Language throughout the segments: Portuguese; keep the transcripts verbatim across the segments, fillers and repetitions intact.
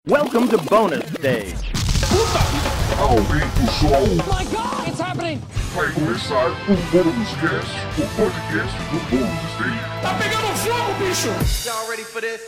Welcome to bonus stage. Puta! Aumenta o som. Oh my God, it's happening! Vai começar o Bônus Cast, o podcast do Bônus Stage. Tá pegando fogo, bicho! Y'all ready for this?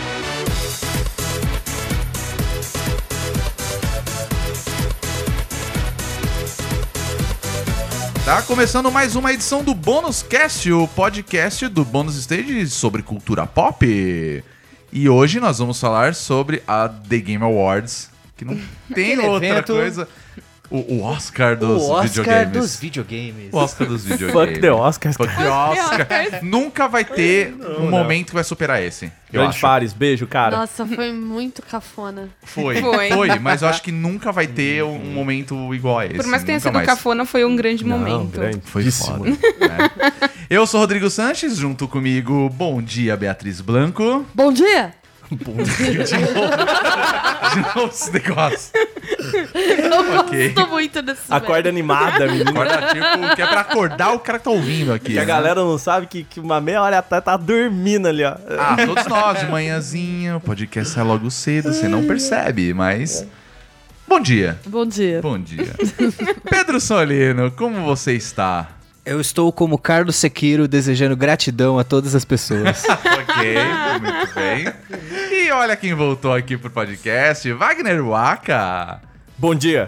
Tá começando mais uma edição do Bônus Cast, o podcast do Bônus Stage sobre cultura pop. E hoje nós vamos falar sobre a The Game Awards, que não tem outra evento... coisa. O, o Oscar dos o Oscar videogames. dos videogames. O Oscar dos videogames. Fuck the Oscars. Fuck the Oscar. Nunca vai ter não, um não. momento que vai superar esse. Eu Grande acho. Paris, beijo, cara. Nossa, foi muito cafona. Foi, Foi. foi, mas eu acho que nunca vai ter um momento igual a esse. Por mais que tenha nunca sido mais. cafona, foi um grande Não, momento. grande. Foi Díssimo. foda. Né? Eu sou Rodrigo Sanches, junto comigo, bom dia, Beatriz Blanco. Bom dia! Bom dia de novo. De novo esse negócio. Eu Ok. gosto muito desse Acorda animada, menina. Acorda, tipo, que é pra acordar o cara que tá ouvindo aqui. Que a né? galera não sabe que, que uma meia hora atrás tá dormindo ali, ó. Ah, todos nós, de manhãzinha, o podcast sai logo cedo, você não percebe, mas... Bom dia. Bom dia. Bom dia. Pedro Solino, como você está? Eu estou como Carlos Sequeiro desejando gratidão a todas as pessoas. Ok, muito bem. E olha quem voltou aqui pro podcast, Wagner Waka. Bom dia.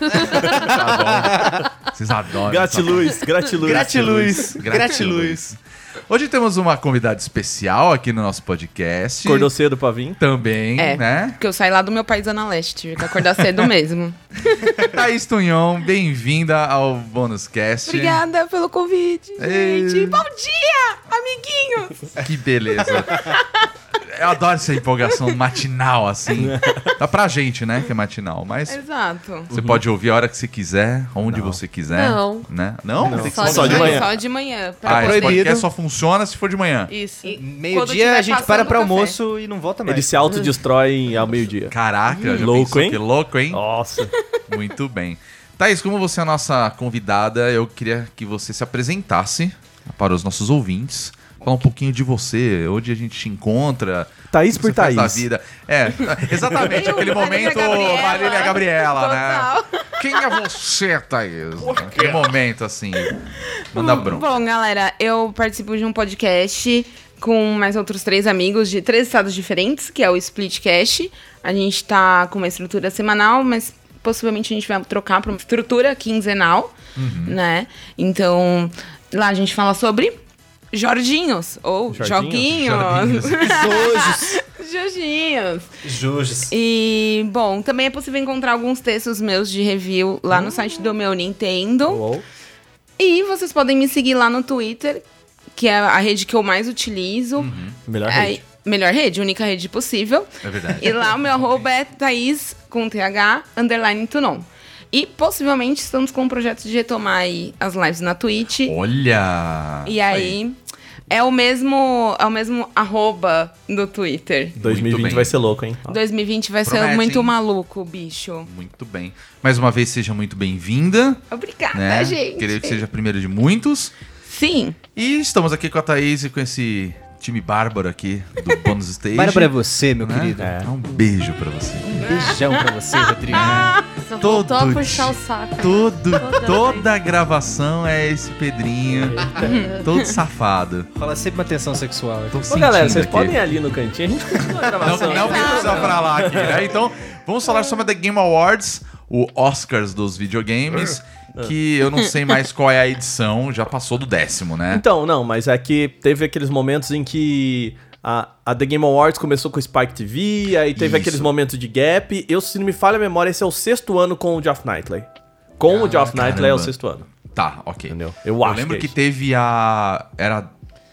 Tá bom. Vocês adoram. Gratiluz, gratiluz. Gratiluz. Gratiluz. Hoje temos uma convidada especial aqui no nosso podcast. Acordou cedo pra vir? Também, É, né? porque eu saí lá do meu país Zona Leste, tive que acordar cedo mesmo. Thaís Tunhon, bem-vinda ao Bônus Cast. Obrigada pelo convite, Ei. gente. Bom dia, amiguinhos. Que beleza. Eu adoro essa empolgação matinal, assim. Dá pra gente, né, que é matinal, mas... Exato. Você pode ouvir a hora que você quiser, onde você quiser. Não. Né? Não? Não. Tem que Só ser Só de de manhã. Só de manhã. Pra Ah, esse proibido. podcast só funciona se for de manhã. Isso. Quando Meio-dia tiver a gente passando para pra café. almoço e não volta mais. Eles se autodestroem ao meio-dia. Caraca, já Louco, pensou hein? Que louco, hein? Nossa. Muito bem. Thaís, como você é a nossa convidada, eu queria que você se apresentasse para os nossos ouvintes. Falar um pouquinho de você, onde a gente te encontra. Thaís o que por você faz Thaís. da vida. É, exatamente, aquele momento Gabriela. Marília Gabriela, Total. né? Quem é você, Thaís? Aquele momento, assim, manda bronca. Bom, galera, eu participo de um podcast com mais outros três amigos de três estados diferentes, que é o Splitcast. A gente tá com uma estrutura semanal, mas possivelmente a gente vai trocar para uma estrutura quinzenal, né? Então, lá a gente fala sobre Jorginhos, ou Jorginhos? Joguinhos. Jojos. Jorginhos. Jojos. E, bom, também é possível encontrar alguns textos meus de review lá no site do meu Nintendo. Uou. E vocês podem me seguir lá no Twitter, que é a rede que eu mais utilizo. Melhor É, rede. melhor rede, única rede possível. É verdade. E lá o meu arroba é Thaís, com T H, underline Tunon. E possivelmente estamos com um projeto de retomar aí as lives na Twitch. Olha! E aí, é o mesmo, é o mesmo arroba do Twitter. dois mil e Muito vinte bem. vai ser louco, hein? dois mil e vinte vai Promete, ser muito hein? maluco, bicho. Muito bem. Mais uma vez, seja muito bem-vinda. Obrigada, Né? gente. Queria que seja a primeira de muitos. Sim. E estamos aqui com a Thaís e com esse time bárbaro aqui do Bônus Stage. Para pra você, meu né? querido. É. Um beijo pra você. Beijão pra você, Rodrigo. Só Todo voltou a puxar dia. o saco. Todo, Toda toda a gravação é esse Pedrinho, todo safado. Fala sempre uma tensão sexual. Tô Ô, sentindo galera, vocês aqui. podem ir ali no cantinho, a gente continua a Não, gravação. não precisa pra lá aqui, né? Então, vamos falar sobre a The Game Awards, o Oscars dos videogames, que eu não sei mais qual é a edição, já passou do décimo, né? Então, não, mas é que teve aqueles momentos em que a, a The Game Awards começou com o Spike T V, aí teve Isso. aqueles momentos de gap. Eu, se não me falha a memória, esse é o sexto ano com o Geoff Knightley. Com o Geoff Knightley é o caramba. sexto ano. Tá, ok. Entendeu? Eu Eu acho lembro que, que, é teve a... Era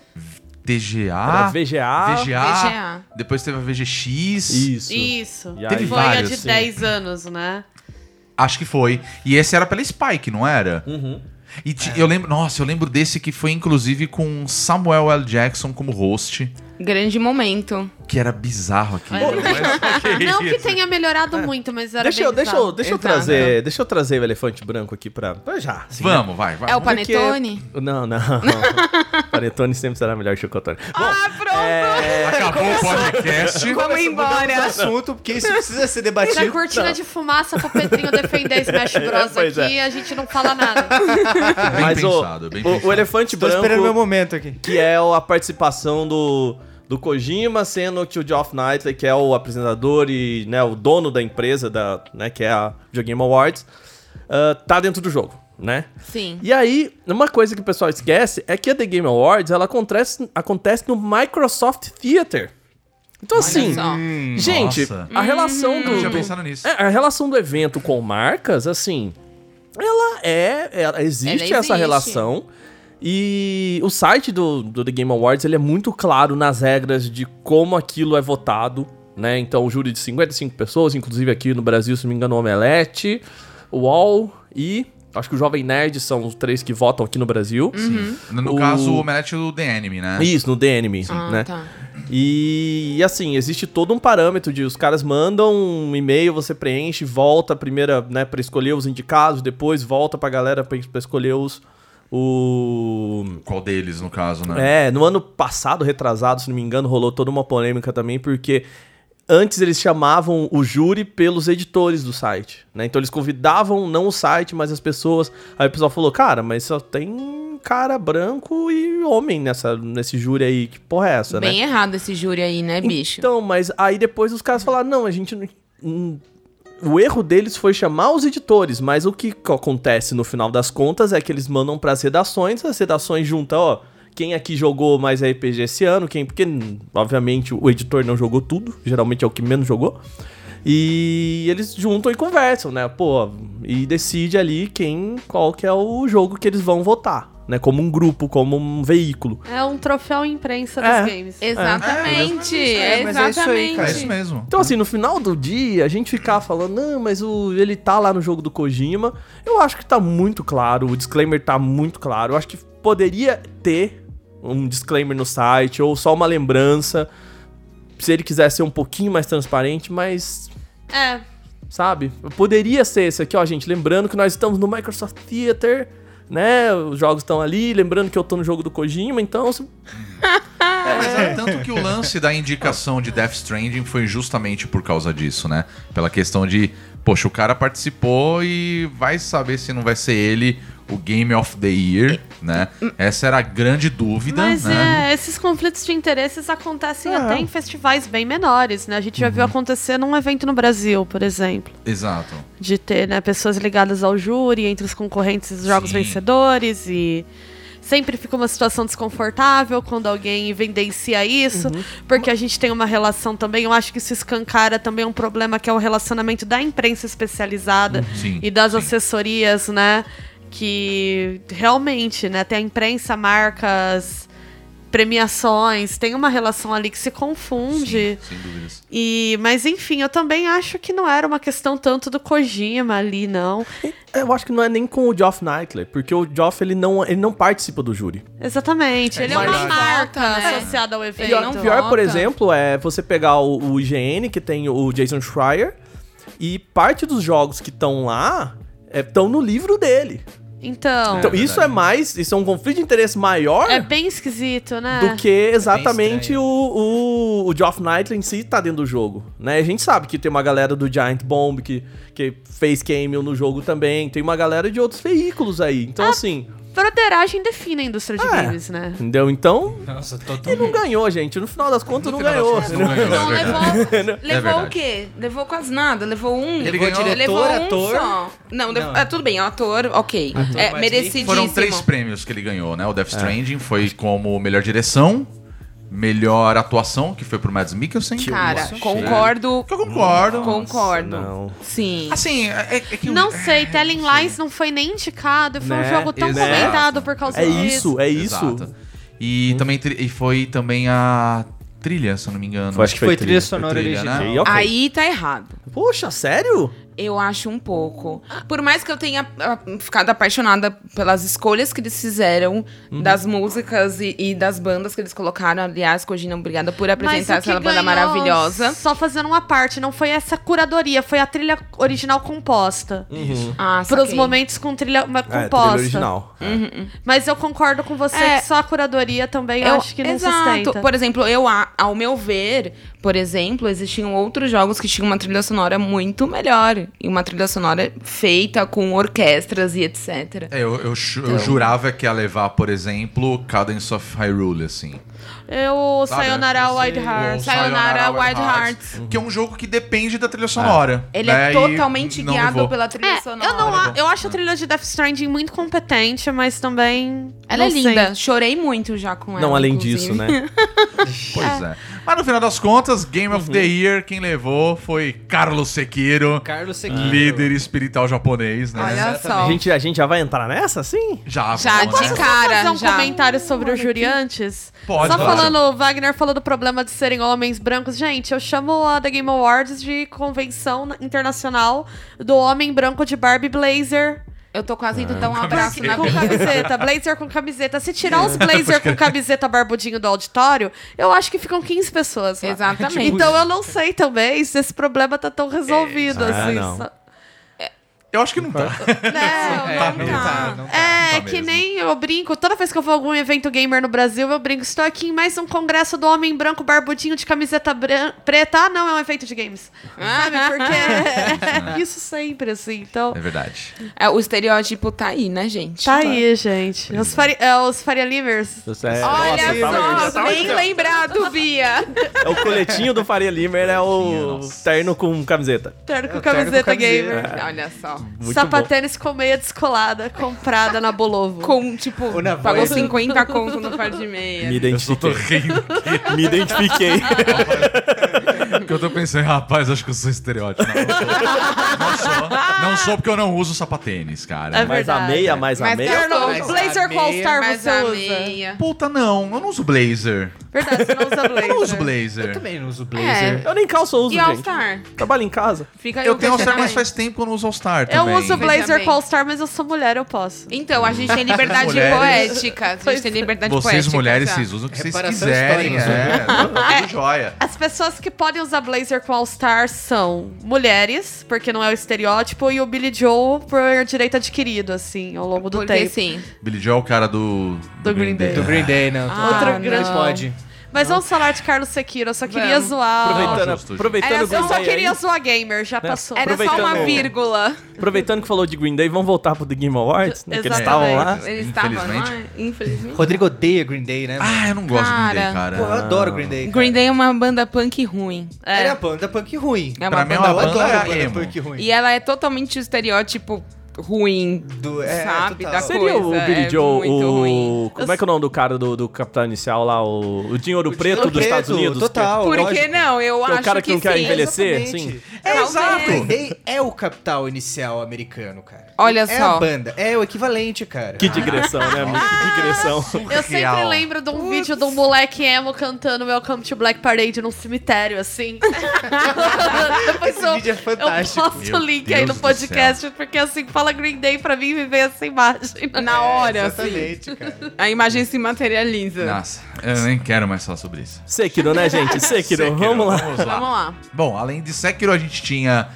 T G A... Era V G A. V G A, V G A. depois teve a V G X. Isso. Isso. E aí- Teve Foi a vários, de sim. dez anos, né? Acho que foi. E esse era pela Spike, não era? Uhum. E ti- eu lembro, nossa, eu lembro desse que foi inclusive com Samuel L. Jackson como host. Grande momento. Que era bizarro aquilo. Olha, Mas, Não que isso? tenha melhorado muito, mas era Deixa bem eu, deixa, eu, bizarro. deixa eu Exato. trazer, deixa eu trazer o elefante branco aqui pra, pra já. assim, né? Vamos, vai, vai. É o Porque- Panetone? Não, não. Panetone sempre será melhor que chocotone. Bom, Ah, pronto! é... Acabou o podcast. Vamos embora. assunto, porque isso precisa ser Da debatido. cortina de fumaça pro Pedrinho defender Smash Bros. pois aqui, a gente não fala nada. Bem Mas pensado, o, bem o, pensado. o elefante Tô esperando meu branco, momento aqui. que é a participação do, do Kojima, sendo que o Geoff Knightley, que é o apresentador e né, o dono da empresa, da, né, que é a Video Game Awards, ah, tá dentro do jogo, né? Sim. E aí, uma coisa que o pessoal esquece é que a The Game Awards, ela acontece, acontece no Microsoft Theater. Então, assim, só. gente, Nossa. a relação Eu do... não tinha pensado nisso. É, a relação do evento com marcas, assim, ela é... Ela, existe Ela essa existe. relação. E o site do, do The Game Awards, ele é muito claro nas regras de como aquilo é votado, né? Então, o júri de cinquenta e cinco pessoas, inclusive aqui no Brasil, se não me engano, o Omelete, o U O L e... Acho que o Jovem Nerd são os três que votam aqui no Brasil. No O- caso, o Omelete do The Enemy, né? Isso, no The Enemy, Ah, né? tá. E, e assim, existe todo um parâmetro de os caras mandam um e-mail, você preenche, volta primeira, né, pra escolher os indicados, depois volta pra galera pra, pra escolher os... O... Qual deles, no caso, né? É, no ano passado, retrasado, se não me engano, rolou toda uma polêmica também, porque antes eles chamavam o júri pelos editores do site, né? Então eles convidavam não o site, mas as pessoas. Aí o pessoal falou, cara, mas só tem cara branco e homem nessa, nesse júri aí, que porra é essa, né? Bem errado esse júri aí, né, bicho? Então, mas aí depois os caras falaram, não, a gente não... hum, o erro deles foi chamar os editores, mas o que co- acontece no final das contas é que eles mandam pras redações, as redações juntam, ó, quem aqui jogou mais R P G esse ano, quem... Porque, hum, obviamente, o editor não jogou tudo, geralmente é o que menos jogou. E eles juntam e conversam, né? Pô, e decide ali quem, qual que é o jogo que eles vão votar, né? Como um grupo, como um veículo. É um troféu imprensa É. dos games. Exatamente. É, mas é isso aí, cara. É isso mesmo. Então, assim, no final do dia, a gente ficar falando, não, mas o, ele tá lá no jogo do Kojima. Eu acho que tá muito claro, o disclaimer tá muito claro. Eu acho que poderia ter um disclaimer no site, ou só uma lembrança, se ele quiser ser um pouquinho mais transparente, mas, É. sabe? Poderia ser esse aqui, ó, gente. Lembrando que nós estamos no Microsoft Theater, né? Os jogos estão ali. Lembrando que eu tô no jogo do Kojima, então... se- Mas é tanto que o lance da indicação de Death Stranding foi justamente por causa disso, né? Pela questão de, poxa, o cara participou e vai saber se não vai ser ele o Game of the Year, né? Essa era a grande dúvida, Mas né? é, esses conflitos de interesses acontecem até em festivais bem menores, né? A gente já viu acontecer num evento no Brasil, por exemplo. Exato. De ter, né, pessoas ligadas ao júri, entre os concorrentes dos jogos Sim. vencedores e... Sempre fica uma situação desconfortável quando alguém evidencia isso, porque a gente tem uma relação também, eu acho que isso escancara também um problema que é o relacionamento da imprensa especializada Sim, e das sim. assessorias, né? Que realmente, né, tem a imprensa, marcas, premiações, tem uma relação ali que se confunde. Sim, sem dúvidas. E, mas enfim, eu também acho que não era uma questão tanto do Kojima ali, não. Eu acho que não é nem com o Geoff Knightley, porque o Geoff, ele não, ele não participa do júri. Exatamente, ele é Mas uma volta, marca né? associada ao evento. Pior, não pior, por volta. exemplo, é você pegar o, o I G N, que tem o Jason Schreier, e parte dos jogos que estão lá estão no livro dele. Então, Então, É isso verdade. é mais. Isso é um conflito de interesse maior é bem esquisito, né? do que exatamente estranho. o, o, o Geoff Knightley em si tá dentro do jogo. Né? A gente sabe que tem uma galera do Giant Bomb que, que fez cameo no jogo também. Tem uma galera de outros veículos aí. Então, assim. Broderagem define a indústria de É. games, né? Entendeu? Então. Nossa, Ele totalmente. não ganhou, gente. No final das contas, No não final das ganhou. contas, não ganhou. Não, É levou, levou verdade. o quê? Levou quase nada, levou um. Ele Levou ganhou- diretor, levou um ator. só. Não, levou- Não. é, tudo bem, ator, ok. Ator é mais merecidíssimo. Foram três prêmios que ele ganhou, né? O Death Stranding foi como melhor direção, melhor atuação, que foi pro Mads Mikkelsen. Cara, Isso, concordo. Que eu concordo. Concordo. Não. Sim. Assim, é, é que... Não sei, Telling Lies não foi nem indicado, foi um Né? jogo tão Exato. comentado por causa É disso. isso, é isso. Exato. E, também, tri- e foi também a trilha, se eu não me engano. Foi, acho que Foi foi trilha trilha. sonora Foi trilha, original. né? E ok. Aí tá errado. Poxa, sério? Eu acho um pouco. Por mais que eu tenha ah, ficado apaixonada pelas escolhas que eles fizeram, Uhum. das músicas e, e das bandas que eles colocaram. Aliás, Kojima, obrigada por apresentar Mas o que essa banda ganhou, maravilhosa. Só fazendo uma parte, não foi essa curadoria, foi a trilha original composta. Ah, Para os saquei. momentos com trilha uma É, trilha composta. original. Mas eu concordo com você É. que só a curadoria também eu Eu acho que não exato. sustenta. Por exemplo, eu, a- ao meu ver, por exemplo, existiam outros jogos que tinham uma trilha sonora muito melhor. E uma trilha sonora feita com orquestras e etcétera. É, eu, eu, ju- eu jurava que ia levar, por exemplo, Cadence of Hyrule, assim. Eu, Sabe, Sayonara né? Wild Hearts. Sayonara Wild Hearts. Que é um jogo que depende da trilha sonora. Ele né, é e totalmente não guiado levou. pela trilha É, sonora. eu, não, a- eu acho a trilha de Death Stranding muito competente, mas também. Ela é não linda. sei. Chorei muito já com ela. Não, além inclusive. disso, né? Pois é. Mas no final das contas, Game of the Year, quem levou foi Carlos Sekiro, Carlos Sekiro. líder espiritual japonês, né? Olha só. A gente, a gente já vai entrar nessa, sim? Já, Já vamos, de né? cara. fazer um já. comentário sobre o júri antes? Pode, Só pode. falando, o Wagner falou do problema de serem homens brancos. Gente, eu chamo a The Game Awards de convenção internacional do homem branco de Barbie Blazer. Eu tô quase indo dar um abraço na Com vida. camiseta, blazer com camiseta. Se tirar os blazer com camiseta barbudinho do auditório, eu acho que ficam quinze pessoas lá. Exatamente. Então eu não sei também se esse problema tá tão resolvido Ah, assim. não. Só- Eu acho que não tá. Não, É, não não tá. não É, tá que mesmo. nem eu brinco, toda vez que eu vou a algum evento gamer no Brasil, eu brinco, estou aqui em mais um congresso do homem branco barbudinho de camiseta bran- preta. Ah, não, é um evento de games. Sabe? Porque é isso sempre, assim. Então, É verdade. É, o estereótipo tá aí, né, gente? tá aí, gente. Os, fari é, os Faria Limers. Você é, Olha nossa, tava- só, bem lembrado, Bia. é o coletinho do Faria Limer, é o Nossa. terno com camiseta. Terno com É, terno com camiseta camiseta. gamer. Olha só. Muito Sapatênis com meia descolada, comprada na Bolovo. Com, tipo, Ou na pagou voz. cinquenta conto no par de meia. Me Eu só tô identifiquei. rindo Me identifiquei. porque eu tô pensando, rapaz, acho que eu sou estereótipo. Não, eu sou. Não sou. Não sou porque eu não uso sapatênis, cara. É mais a verdade. meia, mais a Mas meia. eu não- Terno, blazer a qual meia, star Mas você a usa? meia. Puta, não. Eu não uso blazer. Verdade, você não usa blazer. Eu não uso blazer. Eu também não uso blazer. Eu nem calça uso, E gente. All-Star? Trabalho em casa. Fica aí Eu o tenho All-Star, mas questionamento. faz tempo que eu não uso All-Star Eu também. uso blazer bem. com All-Star, mas eu sou mulher, eu posso. Então, a gente tem liberdade Mulheres. poética. A gente Pois tem é. liberdade Vocês, poética. mulheres, já. vocês usam o que vocês Reparação quiserem. histórica, É, tá tudo joia. As pessoas que podem usar blazer com All-Star são mulheres, porque não é o estereótipo, e o Billy Joe por direito adquirido, assim, ao longo do Porque tempo. sim. Billy Joe é o cara do... Do Green Day. Do Green Day, não. Ah, Outro não. grande Pode. Mas vamos falar de Carlos Sekiro, eu só queria Vamos. zoar. Aproveitando, justo, justo. aproveitando Era o Green Eu só Day queria aí, zoar gamer, já passou. Era só uma Aproveitando- vírgula. aproveitando que falou de Green Day, vamos voltar pro The Game Awards, né, que eles estavam lá. Eles estavam lá, Infelizmente. infelizmente. Rodrigo odeia Green Day, né? mano? Ah, eu não gosto de Green Day, Cara. cara. Pô, eu adoro Green Day. cara. Green Day é uma banda punk ruim. É É. a banda punk ruim. É Pra uma mim é banda uma Eu banda adoro banda emo. punk ruim. E ela é totalmente o estereótipo ruim, Do- é, sabe? total. Da Seria o coisa. Billy é Joe, muito o... ruim. Como é que é o nome do cara do, do Capitão Inicial lá? O, o Dinho Ouro Preto Dinheiro dos Estados Preto, Unidos? Total. Por lógico. que não? Eu Que é o acho cara que não quer sim. envelhecer, Exatamente. sim. É, Talvez. exato. Green Day é o capital inicial americano, cara. Olha é só. a banda. É o equivalente, cara. Que digressão, né, amigo? Que digressão. Eu sempre Real. lembro de um vídeo de um moleque emo cantando Welcome to Black Parade num cemitério, assim. Depois Esse eu, vídeo é fantástico. eu posto o Meu link aí no Deus do podcast, porque assim, fala Green Day pra mim e me vem essa imagem. Na hora, assim. Exatamente, cara. A imagem se materializa. Nossa, eu nem quero mais falar sobre isso. Sekiro, né, gente? Sekiro, Sekiro, vamos lá. Vamos lá. Vamos lá. Bom, além de Sekiro, a gente tinha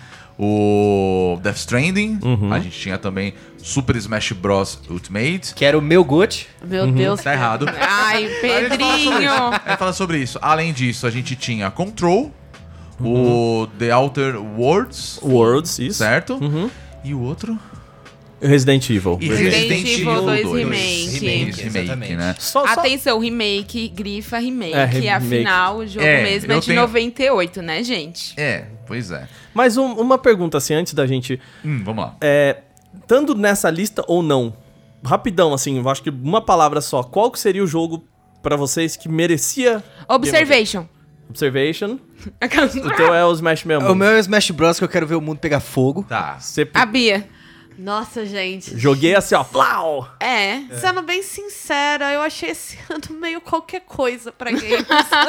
o Death Stranding. Uhum. A gente tinha também Super Smash Bros. Ultimate. Que era o meu gote. Meu Deus. Tá errado. Ai, Pedrinho. A gente fala sobre isso. Além disso, a gente tinha Control, o The Outer Worlds, Worlds, isso. certo? Uhum. E o outro? Resident Evil. E Resident Resident Evil Evil dois dois. Remake. Remake, Exatamente. né? Só, só... Atenção, remake, grifa remake. É, remake. Afinal, o jogo É, mesmo é eu de tenho- noventa e oito, né, gente? É, pois é. Mas um- uma pergunta, assim, antes da gente... Hum, vamos lá. É, estando nessa lista ou não, rapidão, assim, eu acho que uma palavra só. Qual que seria o jogo pra vocês que merecia... Observation. Observation. O teu é o Smash mesmo. O meu é o Smash Bros. Que eu quero ver o mundo pegar fogo. Tá. Você... A Bia. Nossa, gente. Joguei assim, ó, flau! É. Sendo bem sincera, eu achei esse ano meio qualquer coisa pra games.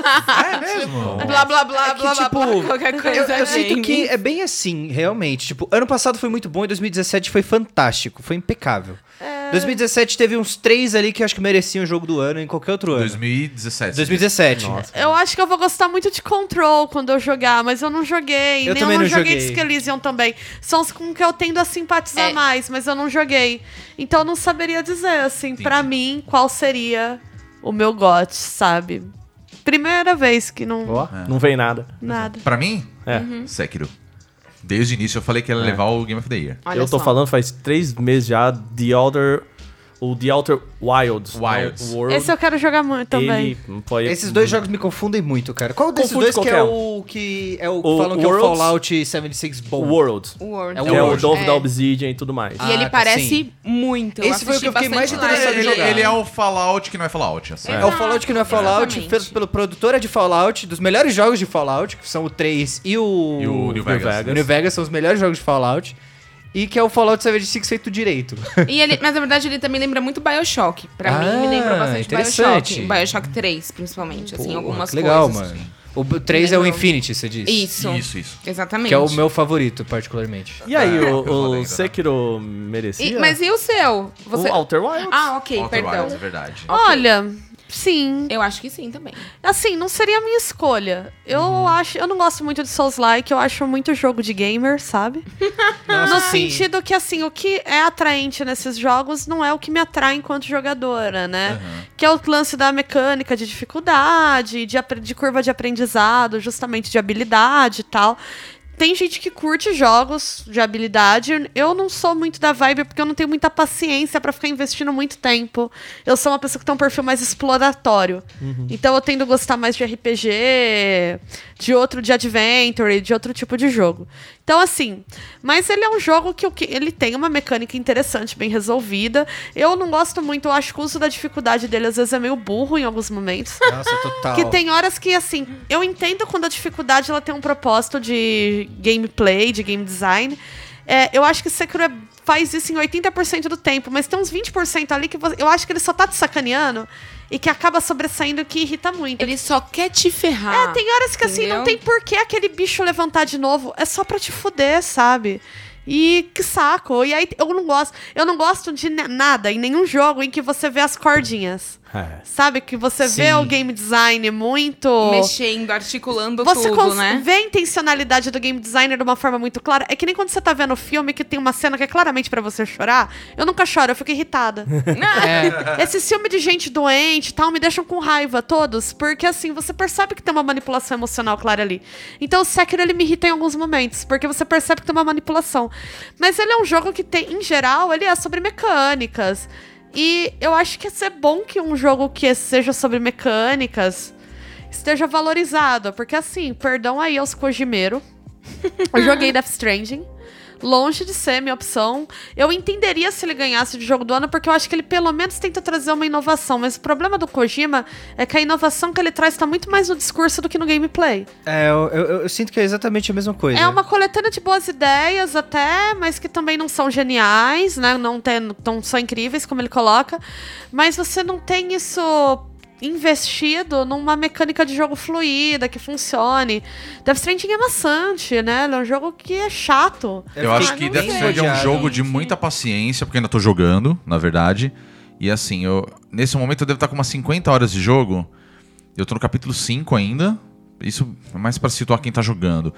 É mesmo? Blá, blá, blá, É que, blá, blá, tipo, blá, qualquer coisa. Eu, eu sinto game. que é bem assim, realmente. Tipo, ano passado foi muito bom e dois mil e dezessete foi fantástico, foi impecável. dois mil e dezessete teve uns três ali que eu acho que mereciam o jogo do ano em qualquer outro ano. dois mil e dezessete. dois mil e dezessete. Eu acho que eu vou gostar muito de Control quando eu jogar, mas eu não joguei. Eu nem também eu não não joguei joguei. Disco Elysium também. São os com que eu tendo a simpatizar É. mais, mas eu não joguei. Então eu não saberia dizer, assim, pra mim, qual seria o meu G O T, sabe? Primeira vez que não... Ó, não vem nada. Nada. Pra mim, É. Sekiro. Desde o início eu falei que ia levar o Game of the Year. Olha eu tô só. falando faz três meses já, The Elder... O The Outer Wilds. Wilds. não, World, Esse eu quero jogar muito também. ele foi... Esses dois jogos me confundem muito, cara. Qual desses Confunde dois que é qualquer o que é o que O falam que é o Worlds- Fallout setenta e seis bom? World. O World. É o Que é o World. novo É. da Obsidian e tudo mais. E ele Ah, tá, parece sim. muito. Eu Esse foi o que eu assisti fiquei mais bastante interessado em live Ele, jogar. ele é o Fallout que não é Fallout. Assim. É o Fallout que não é Fallout, Exatamente. feito pelo produtora de Fallout, dos melhores jogos de Fallout, que são o três e o... E o New Vegas. O New Vegas são os melhores jogos de Fallout. E que é o Fallout setenta e seis feito direito. E ele, mas na verdade ele também lembra muito BioShock. Pra Ah, mim, me lembra bastante interessante. BioShock. BioShock três, principalmente. Assim, Pô, algumas que legal, coisas. mano. O três é o Lembra- Infinity, você disse? Isso. Isso, isso. Exatamente. Que é o meu favorito, particularmente. E aí, É, o, eu falei o ainda, Sekiro merecia? E- mas e o seu? Você... O Outer Wilds? Ah, ok, Outer perdão. Wilds, é verdade. Ok. Olha, sim. Eu acho que sim também. Assim, não seria a minha escolha. Eu Uhum. acho, eu não gosto muito de Souls-like, eu acho muito jogo de gamer, sabe? Nossa, No sim. sentido que, assim, o que é atraente nesses jogos não é o que me atrai enquanto jogadora, né? Que é o lance da mecânica de dificuldade, de, apre- de curva de aprendizado, justamente de habilidade e tal. Tem gente que curte jogos de habilidade. Eu não sou muito da vibe porque eu não tenho muita paciência pra ficar investindo muito tempo. Eu sou uma pessoa que tem um perfil mais exploratório. Então eu tendo a gostar mais de R P G, de outro de adventure, de outro tipo de jogo. Então assim, mas ele é um jogo que, o que ele tem uma mecânica interessante, bem resolvida. Eu não gosto muito, eu acho que o uso da dificuldade dele às vezes é meio burro em alguns momentos. Nossa, total. Que tem horas que, assim, eu entendo quando a dificuldade ela tem um propósito de gameplay, de game design. É, eu acho que Sekiro é- faz isso em oitenta por cento do tempo, mas tem uns vinte por cento ali que você- eu acho que ele só tá te sacaneando e que acaba sobressaindo que irrita muito. Ele só quer te ferrar. É, tem horas que assim, não entendeu? tem por que aquele bicho levantar de novo. É só pra te fuder, sabe? E que saco. E aí eu não gosto. Eu não gosto de ne- nada em nenhum jogo em que você vê as cordinhas. É. Sabe? Que você vê Sim. o game design muito. Mexendo, articulando Você tudo, cons- né? vê a intencionalidade do game designer de uma forma muito clara. É que nem quando você tá vendo o filme que tem uma cena que é claramente pra você chorar. Eu nunca choro, eu fico irritada. É, Esse filme de gente doente e tal me deixam com raiva, todos. Porque, assim, você percebe que tem uma manipulação emocional clara ali. Então, o Sekiro, ele me irrita em alguns momentos. Porque você percebe que tem uma manipulação. Mas ele é um jogo que tem, em geral, ele é sobre mecânicas. E eu acho que é bom que um jogo que seja sobre mecânicas esteja valorizado. Porque, assim, perdão aí aos Kojimero. Eu joguei Death Stranding. Longe de ser minha opção. Eu entenderia se ele ganhasse de jogo do ano, porque eu acho que ele pelo menos tenta trazer uma inovação. Mas o problema do Kojima é que a inovação que ele traz tá muito mais no discurso do que no gameplay. é eu, eu- eu sinto que é exatamente a mesma coisa. É uma coletânea de boas ideias até, mas que também não são geniais, né? Não, tem, não são incríveis, como ele coloca. Mas você não tem isso investido numa mecânica de jogo fluida, que funcione. Death Stranding é maçante, né? Ele é um jogo que é chato. Eu acho Ah, que não Death sei. Stranding é um Odiado. jogo de muita paciência, porque eu ainda tô jogando, na verdade. E assim, eu nesse momento eu devo estar com umas cinquenta horas de jogo. Eu tô no capítulo cinco ainda. Isso é mais pra situar quem tá jogando.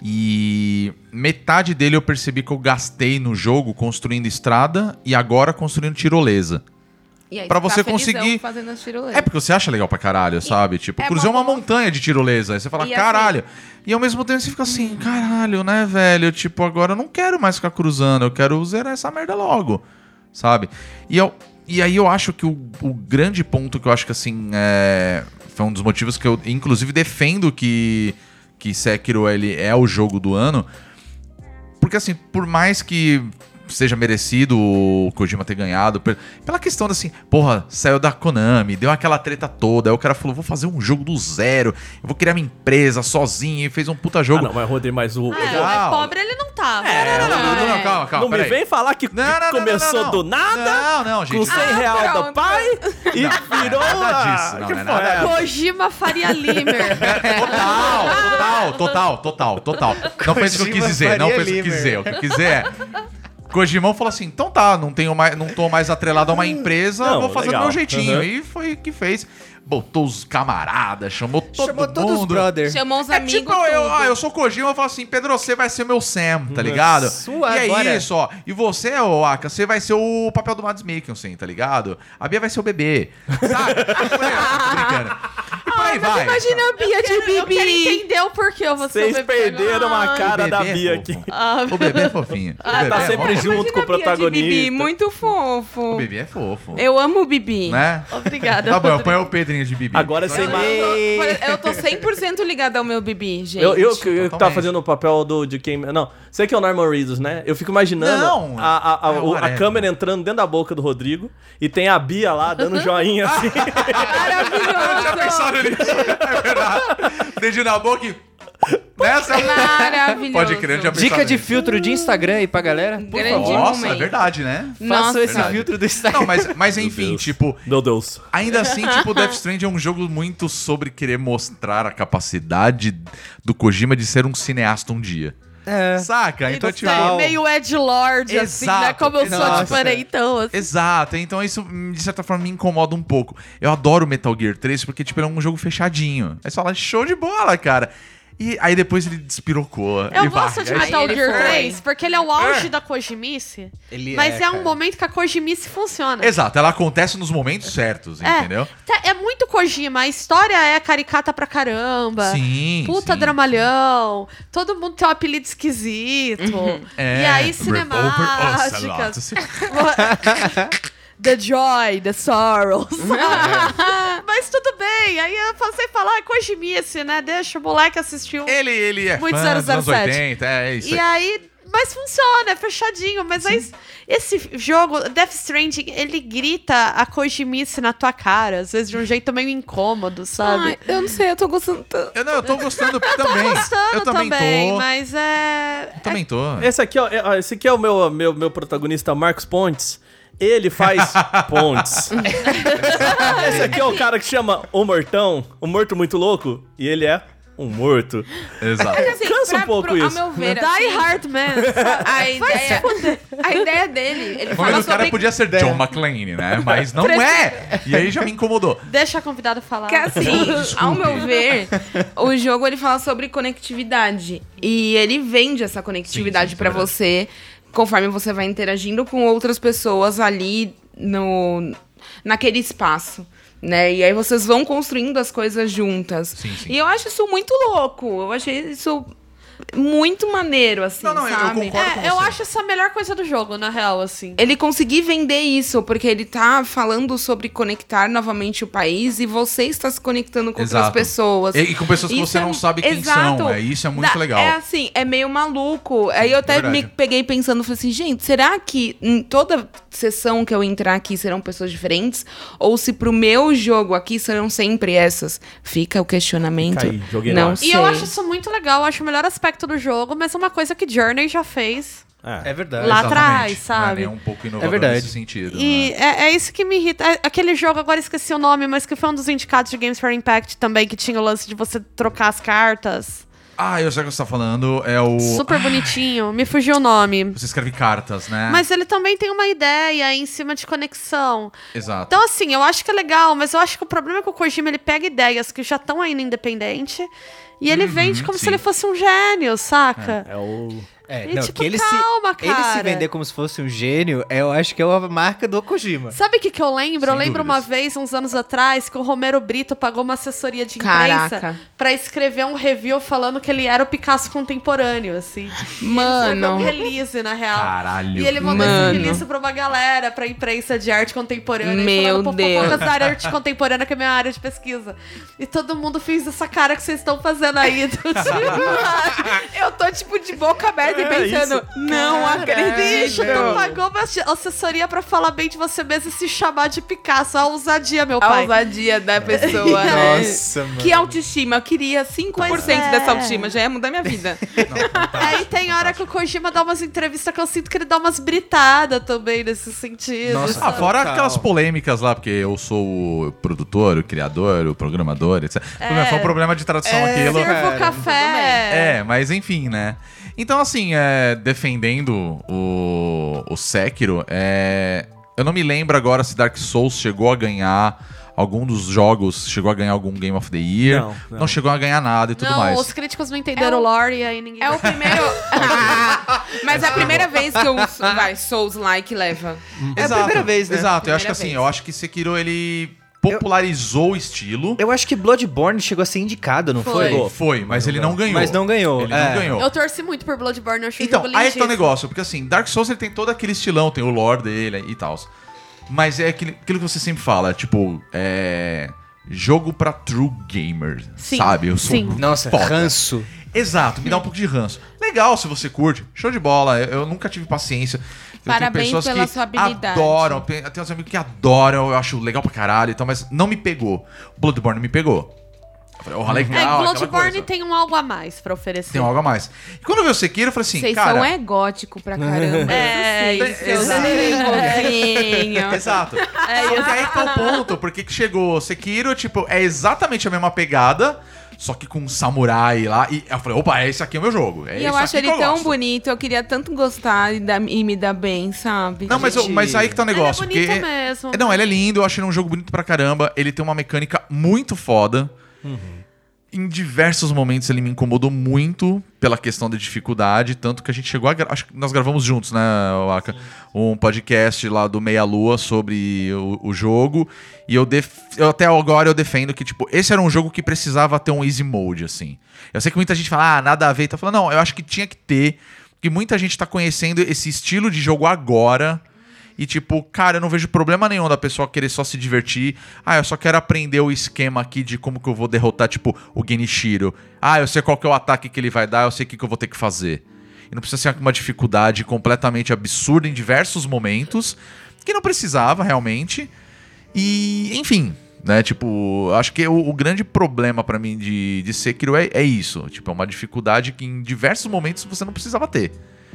E metade dele eu percebi que eu gastei no jogo construindo estrada e agora construindo tirolesa. E aí Pra tá você felizão conseguir- fazendo as tiroleiras. É porque você acha legal pra caralho, sabe? Tipo, é cruzei uma uma boa- montanha de tirolesa. Aí você fala, E assim- caralho. E ao mesmo tempo você fica assim, caralho, né, velho? Tipo, agora eu não quero mais ficar cruzando, eu quero zerar essa merda logo, sabe? E, eu, e aí eu acho que o, o grande ponto que eu acho que, assim, é, foi um dos motivos que eu, inclusive, defendo que, que Sekiro ele é o jogo do ano. Porque, assim, por mais que seja merecido o Kojima ter ganhado. Pela questão da assim, porra, saiu da Konami, deu aquela treta toda. Aí o cara falou, vou fazer um jogo do zero, eu vou criar minha empresa sozinho, e fez um puta jogo. Ah, não, mas Rodrigo, mas o... Ah, Legal. mas pobre ele não tava. É, Não, não, não, não, calma, calma. não me peraí. vem falar que Não, não, não, começou não, não, não. do nada, Não, não, gente. com cem não. real do pronto. pai e virou... nada a- disso, não, que não é porra nada é essa? Kojima Faria Limer. Total, total, total, total, total. Não foi isso que eu quis Kojima dizer, não foi Faria isso que eu quis dizer. Limer. O que eu quis dizer é... Kojimão falou assim, então tá, não, tenho mais, não tô mais atrelado a uma empresa, Não, vou fazer legal. do meu jeitinho. Uhum. E foi o que fez. Botou os camaradas, chamou todo Chamou mundo. todos os brothers. Chamou os É amigos. tipo, eu, tudo. ah, eu sou Kojima, eu falo assim, Pedro, você vai ser meu Sam, tá ligado? Sua e é agora. isso, ó. E você, ô Aka, você vai ser o papel do Mads Mikkelsen, tá ligado? A Bia vai ser o bebê. Sabe? Tô brincando. E por aí vai. Imagina a Bia de Eu quero Bibi. entender o porquê eu vou ser o Vocês bebê perderam agora. uma cara O da bebê é Bia fofo. aqui. Ah, O bebê é fofinho. O bebê tá é sempre fofo. junto com o Imagina a Bia de Bibi, protagonista. muito fofo. O bebê é fofo. Eu amo o Bibi. Né? Obrigada. Tá bom, eu Rodrigo. ponho o Pedrinho de Bibi. Agora sem mais... Eu tô cem por cento ligada ao meu Bibi, gente. Eu, eu, que- eu que tava totalmente. fazendo o papel do, de quem... Não, você que é o Norman Reedus, né? Eu fico imaginando Não, a, a, a, é o- a whatever. câmera entrando dentro da boca do Rodrigo e tem a Bia lá dando joinha assim. Maravilhoso. Pensaram nisso? É verdade. Dedinho na boca e... Nessa... Maravilhoso. Pode crer, eu já pensava Dica de nisso. filtro de Instagram aí pra galera. Por Grande favor. Nossa, momento. é verdade, né? Nossa, Façam esse verdade. filtro do Instagram. Não, mas, mas enfim, Deus. tipo... Meu Deus. Ainda assim, tipo, Death Stranding é um jogo muito sobre querer mostrar a capacidade do Kojima de ser um cineasta um dia. É. Saca? Então, Então, tipo... é meio edgelord, assim, né? Exato, Como eu sou exato. diferentão, assim. Exato, então isso de certa forma me incomoda um pouco. Eu adoro Metal Gear três porque tipo, ele é um jogo fechadinho. Aí você fala, show de bola, cara. E aí depois ele despirocou. Eu e gosto vai. de Aí- Metal ele Gear foi. três, porque ele é o auge da Kojimice, Ele mas é, é, um cara. momento que a Kojimice funciona. Exato, ela acontece nos momentos certos, É. entendeu? Tá, É muito Kojima, a história é caricata pra caramba. Sim. Puta sim. dramalhão, todo mundo tem um apelido esquisito. É, E aí, Revolver cinemáticas. Ocelot. The joy, the sorrows. Mas tudo bem, aí eu passei a falar, é Kojimice, né? Deixa o moleque assistir um. Ele, ele é Muito fã dos anos zero zero sete. oitenta, é isso E aí. aí, mas funciona, é fechadinho. Mas aí, esse jogo, Death Stranding, ele grita a Kojimice na tua cara, às vezes de um jeito meio incômodo, sabe? Ai, eu não sei, eu tô gostando tanto. Eu, não, eu tô gostando também. Gostando eu também, tô. mas é. Eu também tô. Esse aqui, ó, é- ó, esse aqui é o meu, meu, meu protagonista, Marcos Pontes. Ele faz pontes. Esse aqui é o cara que chama O Mortão, o Morto Muito Louco, e ele é um morto. Exato. Assim, Cansa um pra- pouco pro- isso. Ao meu ver, Die assim, Hard Man. a ideia, a ideia dele, ele Mas fala o cara sobre... podia ser John McClane, né? Mas não é! E aí já me incomodou. Deixa a convidada falar. Que assim, ao meu ver, o jogo ele fala sobre conectividade. E ele vende essa conectividade Sim, sim, pra é verdade. você conforme você vai interagindo com outras pessoas ali no, naquele espaço. Né? E aí vocês vão construindo as coisas juntas. Sim, sim. E eu acho isso muito louco. Eu achei isso muito maneiro, assim, Não, não, eu- eu sabe? concordo. com É, eu você. acho essa a melhor coisa do jogo, na real, assim. Ele conseguir vender isso, porque ele tá falando sobre conectar novamente o país e você está se conectando com Exato. outras pessoas. E, e com pessoas que Isso você é- não sabe quem exato. são. É, isso é muito Dá- legal. É assim, é meio maluco. Aí eu até verdade. me peguei pensando, falei assim, gente, será que em toda sessão que eu entrar aqui serão pessoas diferentes? Ou se pro meu jogo aqui serão sempre essas? Fica o questionamento. Fica aí, joguei não lá. sei. E eu acho isso muito legal, eu acho o melhor aspecto do jogo, mas é uma coisa que Journey já fez. É. É verdade. Lá Exatamente. atrás, sabe? Não é nem um pouco inovador É verdade. nesse sentido. E né? é, é isso que me irrita. É aquele jogo, agora esqueci o nome, mas que foi um dos indicados de Games for Impact também, que tinha o lance de você trocar as cartas. Ah, eu sei o que você tá falando. É o. Super bonitinho. Me fugiu o nome. Você escreve cartas, né? Mas ele também tem uma ideia em cima de conexão. Exato. Então, assim, eu acho que é legal, mas eu acho que o problema é que o Kojima, ele pega ideias que já estão ainda independente e ele vende como sim. se ele fosse um gênio, saca? É o... É, E, não, tipo, que ele calma, se, ele se cara. vender como se fosse um gênio, eu acho que é uma marca do Kojima. Sabe o que, que eu lembro? eu Sem lembro dúvidas. uma vez, uns anos atrás, que o Romero Brito pagou uma assessoria de imprensa Caraca. pra escrever um review falando que ele era o Picasso contemporâneo, assim. Mano. Um release, na real. Caralho. E ele mandou Mano. esse release pra uma galera, pra imprensa de arte contemporânea. e Meu falando, pô, Deus. fofocas da área arte contemporânea, que é a minha área de pesquisa. E todo mundo fez essa cara que vocês estão fazendo aí. do tipo, Eu tô, tipo, de boca aberta aqui pensando, não Bicho, tu acredito. pagou uma assessoria pra falar bem de você mesmo e se chamar de Picasso. A ousadia, meu A pai. ousadia da pessoa, né? Nossa, mano. Que autoestima. Eu queria cinco por cento Pois é. dessa autoestima. Já ia mudar minha vida. Aí tem hora que o Kojima dá umas entrevistas que eu sinto que ele dá umas britadas também nesse sentido. Nossa. Ah, fora Total. aquelas polêmicas lá, porque eu sou o produtor, o criador, o programador, etcétera. É. Foi um problema de tradução É, aquilo. Sirvo Cara, café. É, mas enfim, né? Então, assim, é, defendendo o, o Sekiro, é, eu não me lembro agora se Dark Souls chegou a ganhar algum dos jogos, chegou a ganhar algum Game of the Year. Não, Não, não. chegou a ganhar nada e tudo Não, mais. os críticos não entenderam É o o- lore e aí ninguém... É o primeiro... Mas é a primeira vez que o vai, Souls-like leva. É a primeira vez, né? Exato, eu acho que Primeira assim, vez. eu acho que Sekiro, ele popularizou o estilo. Eu acho que Bloodborne chegou a ser indicado, não foi? Foi. Foi, mas ele não ganhou. Mas não ganhou. Ele é. não ganhou. Eu torci muito por Bloodborne, eu achei Então, o jogo aí é que tá o lindíssimo. negócio, porque assim, Dark Souls ele tem todo aquele estilão, tem o lore dele e tal. Mas é aquele, aquilo que você sempre fala, tipo, é. Jogo pra true gamer, Sim, sabe? Eu sou sim. Nossa, foda. ranço. Exato, me dá um pouco de ranço. Legal se você curte, show de bola. Eu, eu nunca tive paciência. Eu Parabéns tenho pessoas pela que sua habilidade. adoram, tem tem uns amigos que adoram, eu acho legal pra caralho e tal, mas não me pegou. Bloodborne me pegou. Eu falei, oh, É, legal, aquela Bloodborne coisa. tem um algo a mais pra oferecer. Tem algo a mais. E quando eu vi o Sekiro, eu falei assim, Vocês cara... são egótico pra caramba. É, Vocês, isso. seus nervosinhos. Exato. É, Só que aí que tá o ponto, porque que chegou Sekiro, tipo, é exatamente a mesma pegada, só que com um samurai lá. E eu falei, opa, esse aqui é o meu jogo. É E eu isso acho aqui ele que eu tão gosto. bonito, eu queria tanto gostar e, dar- e me dar bem, sabe? Não, mas, eu- gente- mas aí que tá o negócio. Ele é bonito porque... mesmo. Não, ele é lindo, eu acho ele um jogo bonito pra caramba. Ele tem uma mecânica muito foda. Em diversos momentos ele me incomodou muito pela questão da dificuldade, tanto que a gente chegou a... gra- Acho que nós gravamos juntos, né, Waka? Um podcast lá do Meia Lua sobre o, o jogo. E eu, def... eu até agora eu defendo que, tipo, esse era um jogo que precisava ter um easy mode, assim. Eu sei que muita gente fala, ah, nada a ver. Tá falando, não, eu acho que tinha que ter, porque muita gente tá conhecendo esse estilo de jogo agora. E tipo, cara, eu não vejo problema nenhum da pessoa querer só se divertir. Ah, eu só quero aprender o esquema aqui de como que eu vou derrotar, tipo, o Genichiro. Ah, eu sei qual que é o ataque que ele vai dar, eu sei o que, que eu vou ter que fazer. E não precisa ser uma dificuldade completamente absurda em diversos momentos, que não precisava realmente. E, enfim, né, tipo, acho que o, o grande problema pra mim de, de Sekiro é, é isso. Tipo, é uma dificuldade que em diversos momentos você não precisava ter.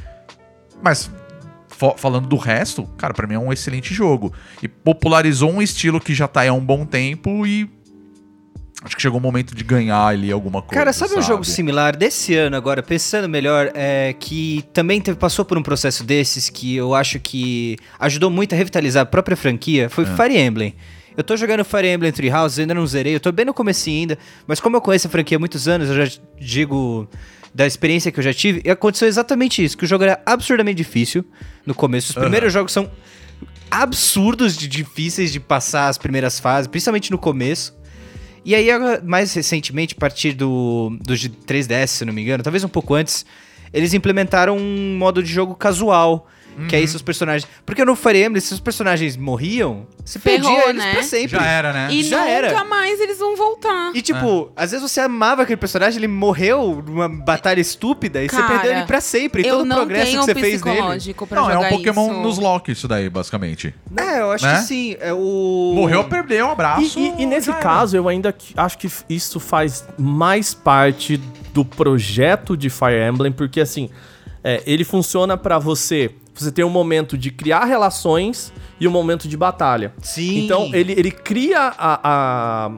Mas... falando do resto, cara, pra mim é um excelente jogo. E popularizou um estilo que já tá aí há um bom tempo e acho que chegou o momento de ganhar ali alguma coisa. Cara, sabe um jogo similar desse ano agora, pensando melhor, é, que também teve, passou por um processo desses que eu acho que ajudou muito a revitalizar a própria franquia? Foi Fire Emblem. Eu tô jogando Fire Emblem Three Houses, ainda não zerei, eu tô bem no comecinho ainda, mas como eu conheço a franquia há muitos anos, eu já digo da experiência que eu já tive, e aconteceu exatamente isso, que o jogo era absurdamente difícil no começo. Os primeiros jogos são absurdos de difíceis de passar as primeiras fases, principalmente no começo. E aí, agora, mais recentemente, a partir do, do três D S, se eu não me engano, talvez um pouco antes, eles implementaram um modo de jogo casual. Que aí seus personagens... Porque no Fire Emblem, se os personagens morriam, você Ferrou, perdia eles né? pra sempre. Já era, né? E Já nunca era. mais eles vão voltar. E tipo, às vezes você amava aquele personagem, ele morreu numa batalha estúpida e Cara, você perdeu ele pra sempre. E eu todo o não progresso tenho que você fez nele. psicológico pra Não, é jogar um Pokémon isso. nos lock isso daí, basicamente. É, eu acho Né? que sim. É o... Morreu, perdeu, um E, abraço. e- e nesse já era. caso, eu ainda que- acho que isso faz mais parte do projeto de Fire Emblem, porque assim, é, ele funciona pra você. Você tem um momento de criar relações e um momento de batalha. Sim. Então, ele, ele cria a, a,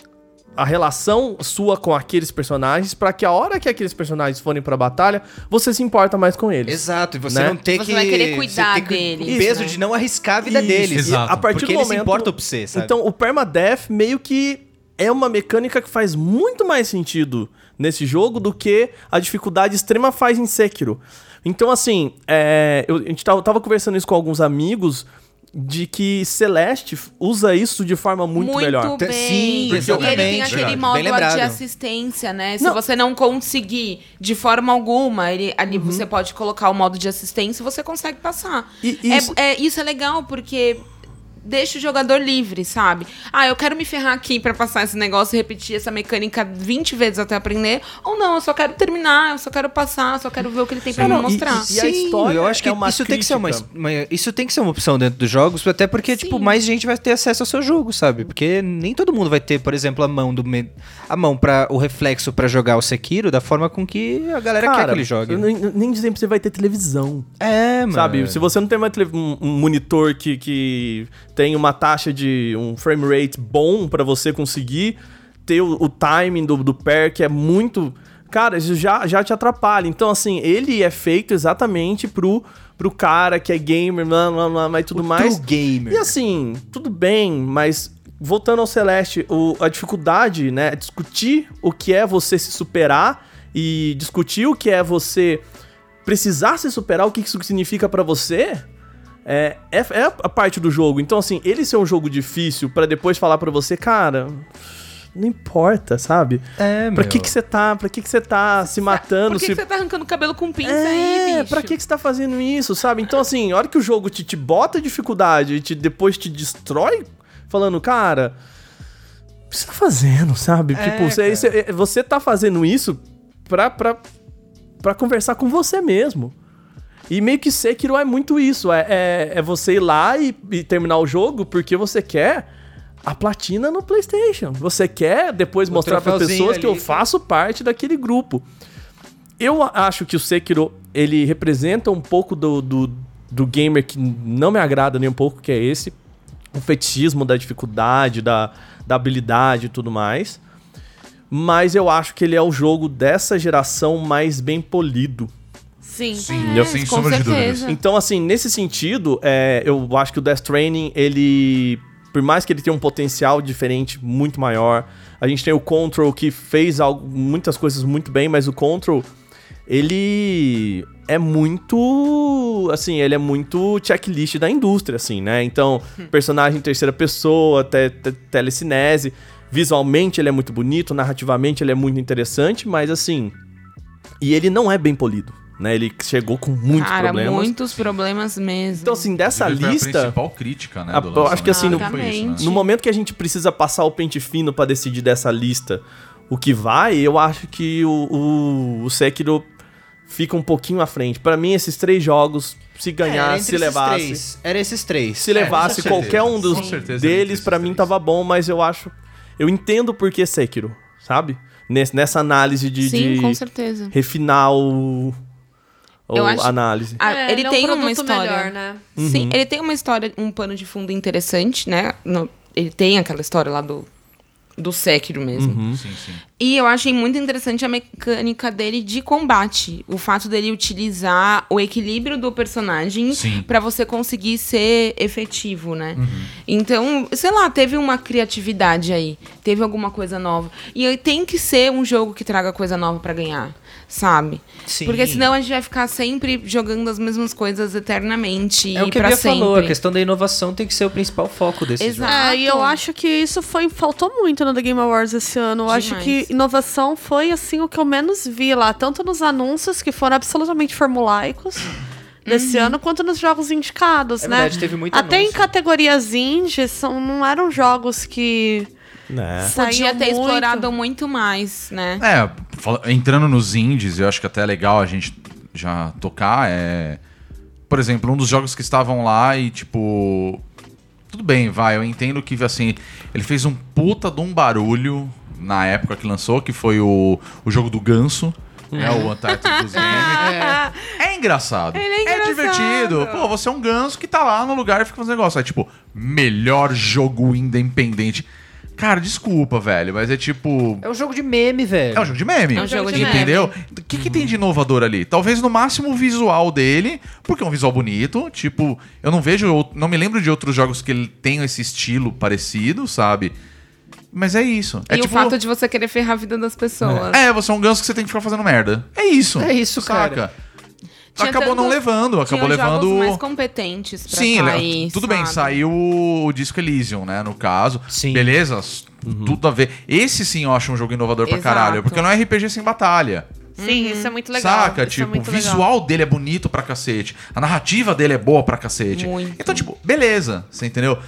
a relação sua com aqueles personagens pra que a hora que aqueles personagens forem pra batalha, você se importa mais com eles. Exato, e você Né? não ter Você que... vai querer cuidar você ter que- deles, O peso né? de não arriscar a vida Isso. deles. Exato. A partir Porque do eles momento, importam pra você, sabe? Então, o permadeath meio que é uma mecânica que faz muito mais sentido nesse jogo do que a dificuldade extrema faz em Sekiro. Então, assim, é, eu, a gente tava, tava conversando isso com alguns amigos de que Celeste usa isso de forma muito, melhor. bem. Sim, e ele tem exatamente. aquele Verdade. modo Bem lembrado. de assistência, né? Se Não. você não conseguir de forma alguma, ele, ali Uhum. você pode colocar o modo de assistência e você consegue passar. E É- isso- É, isso é legal porque deixa o jogador livre, sabe? Ah, eu quero me ferrar aqui pra passar esse negócio e repetir essa mecânica vinte vezes até aprender. Ou não, eu só quero terminar, eu só quero passar, eu só quero ver o que ele tem pra Não, me não, e- mostrar. e- a história eu acho que é uma isso tem que ser uma, crítica. uma- isso tem que ser uma opção dentro dos jogos, até porque tipo Sim. mais gente vai ter acesso ao seu jogo, sabe? Porque nem todo mundo vai ter, por exemplo, a mão do me- a mão para o reflexo pra jogar o Sekiro da forma com que a galera quer que ele jogue. eu nem, nem sempre você vai ter televisão. É, mano. Sabe, se você não tem uma tele- um, um monitor que, que tem uma taxa de um frame rate bom pra você conseguir ter o, o timing do, do pair, que é muito... Cara, isso já, já te atrapalha. Então, assim, ele é feito exatamente pro, pro cara que é gamer, blá, blá, blá, blá, e tudo O mais. true gamer. E assim, tudo bem, mas voltando ao Celeste, o, a dificuldade, né, é discutir o que é você se superar e discutir o que é você precisar se superar, o que isso significa pra você, é, é, é a parte do jogo. Então, assim, ele ser um jogo difícil pra depois falar pra você, cara, não importa, sabe? É, Pra meu. que que você tá, pra que que você tá se matando? Por que, se... que você tá arrancando cabelo com pinça É, aí, bicho? pra que que você tá fazendo isso, sabe? Então, assim, a hora que o jogo te, te bota dificuldade e te, depois te destrói, falando, cara, o que você tá fazendo, sabe? É, tipo, você, cara. você, você tá fazendo isso pra, pra, pra conversar com você mesmo. E meio que Sekiro é muito isso, é, é, é você ir lá e, e terminar o jogo porque você quer a platina no PlayStation. Você quer depois O mostrar pra troféuzinho pessoas que eu ali. faço parte daquele grupo. Eu acho que o Sekiro, ele representa um pouco do, do, do gamer que não me agrada nem um pouco, que é esse. O fetichismo da dificuldade, da, da habilidade e tudo mais. Mas eu acho que ele é o jogo dessa geração mais bem polido. Sim. Sim, É, sem com sombra de dúvidas. certeza. Então, assim, nesse sentido, é, eu acho que o Death Stranding, ele... Por mais que ele tenha um potencial diferente muito maior, a gente tem o Control que fez algo, muitas coisas muito bem, mas o Control, ele é muito, assim, ele é muito checklist da indústria, assim, né? Então, personagem em terceira pessoa, te, te, telecinese, visualmente ele é muito bonito, narrativamente ele é muito interessante, mas assim, e ele não é bem polido, né? Ele chegou com muitos Cara, problemas. muitos problemas mesmo. Então, assim, dessa Inclusive, foi a lista... principal crítica, né? a- do eu acho que, assim, no- lançamento, foi isso, né? Exatamente. No momento que a gente precisa passar o pente fino pra decidir dessa lista o que vai, eu acho que o, o, o Sekiro fica um pouquinho à frente. Pra mim, esses três jogos, se É, ganhar, era entre se esses levasse, três. Era esses três. se levasse com certeza. qualquer um dos Com certeza, deles, entre pra esses mim três. tava bom, mas eu acho, eu entendo por que Sekiro, sabe? Nesse, nessa análise de, Sim, de com certeza. refinar o, o Eu acho- análise. Ah, É, ele é um tem uma produto história. melhor, né? Sim, Uhum. ele tem uma história, um pano de fundo interessante, né? No- ele tem aquela história lá do, do Sekiro mesmo. Uhum. Sim, sim. E eu achei muito interessante a mecânica dele de combate. O fato dele utilizar o equilíbrio do personagem Sim. pra você conseguir ser efetivo, né? Então, sei lá, teve uma criatividade aí. Teve alguma coisa nova. E aí tem que ser um jogo que traga coisa nova pra ganhar, sabe? Sim. Porque senão a gente vai ficar sempre jogando as mesmas coisas eternamente É o e que a pra Bia sempre. falou, a questão da inovação tem que ser o principal foco desse Exato. jogo. É, e eu acho que isso foi faltou muito no The Game Awards esse ano. Eu acho Demais. que inovação foi assim o que eu menos vi lá, tanto nos anúncios que foram absolutamente formulaicos desse ano, quanto nos jogos indicados, É né? verdade, teve muito Até em anúncio. categorias indies são, não eram jogos que Né? Podia saíam ter muito. explorado muito mais, né? É, fala- entrando nos indies, eu acho que até é legal a gente já tocar. É, por exemplo, um dos jogos que estavam lá e, tipo. Tudo bem, vai, eu entendo que, assim, ele fez um puta de um barulho na época que lançou, que foi o, o jogo do Ganso, né? O Untitled Goose Game. É engraçado. Ele é engraçado. divertido. Pô, você é um ganso que tá lá no lugar e fica fazendo negócio. É tipo, melhor jogo independente. Cara, desculpa, velho, mas é tipo. É um jogo de meme, velho. É um jogo de meme. É um jogo de Entendeu? O que, que tem de inovador ali? Talvez no máximo o visual dele, porque é um visual bonito. Tipo, eu não vejo. out- Não me lembro de outros jogos que ele tenham esse estilo parecido, sabe? Mas é isso. É e tipo. o fato de você querer ferrar a vida das pessoas. É, você é um ganso que você tem que ficar fazendo merda. É isso. É isso, saca? cara. Tinha Acabou não tantos- levando, acabou Tinha levando. jogos mais competentes pra Sim, tá né? aí, tudo bem, sabe? saiu o Disco Elysium, né? No caso. Sim. Beleza, s- tudo a ver. Esse sim eu acho um jogo inovador pra Exato. caralho, porque não é R P G sem batalha. Sim, isso é muito legal. Saca? isso Tipo, é muito o legal. visual dele é bonito pra cacete. A narrativa dele é boa pra cacete. Muito. Então, tipo, beleza, você entendeu?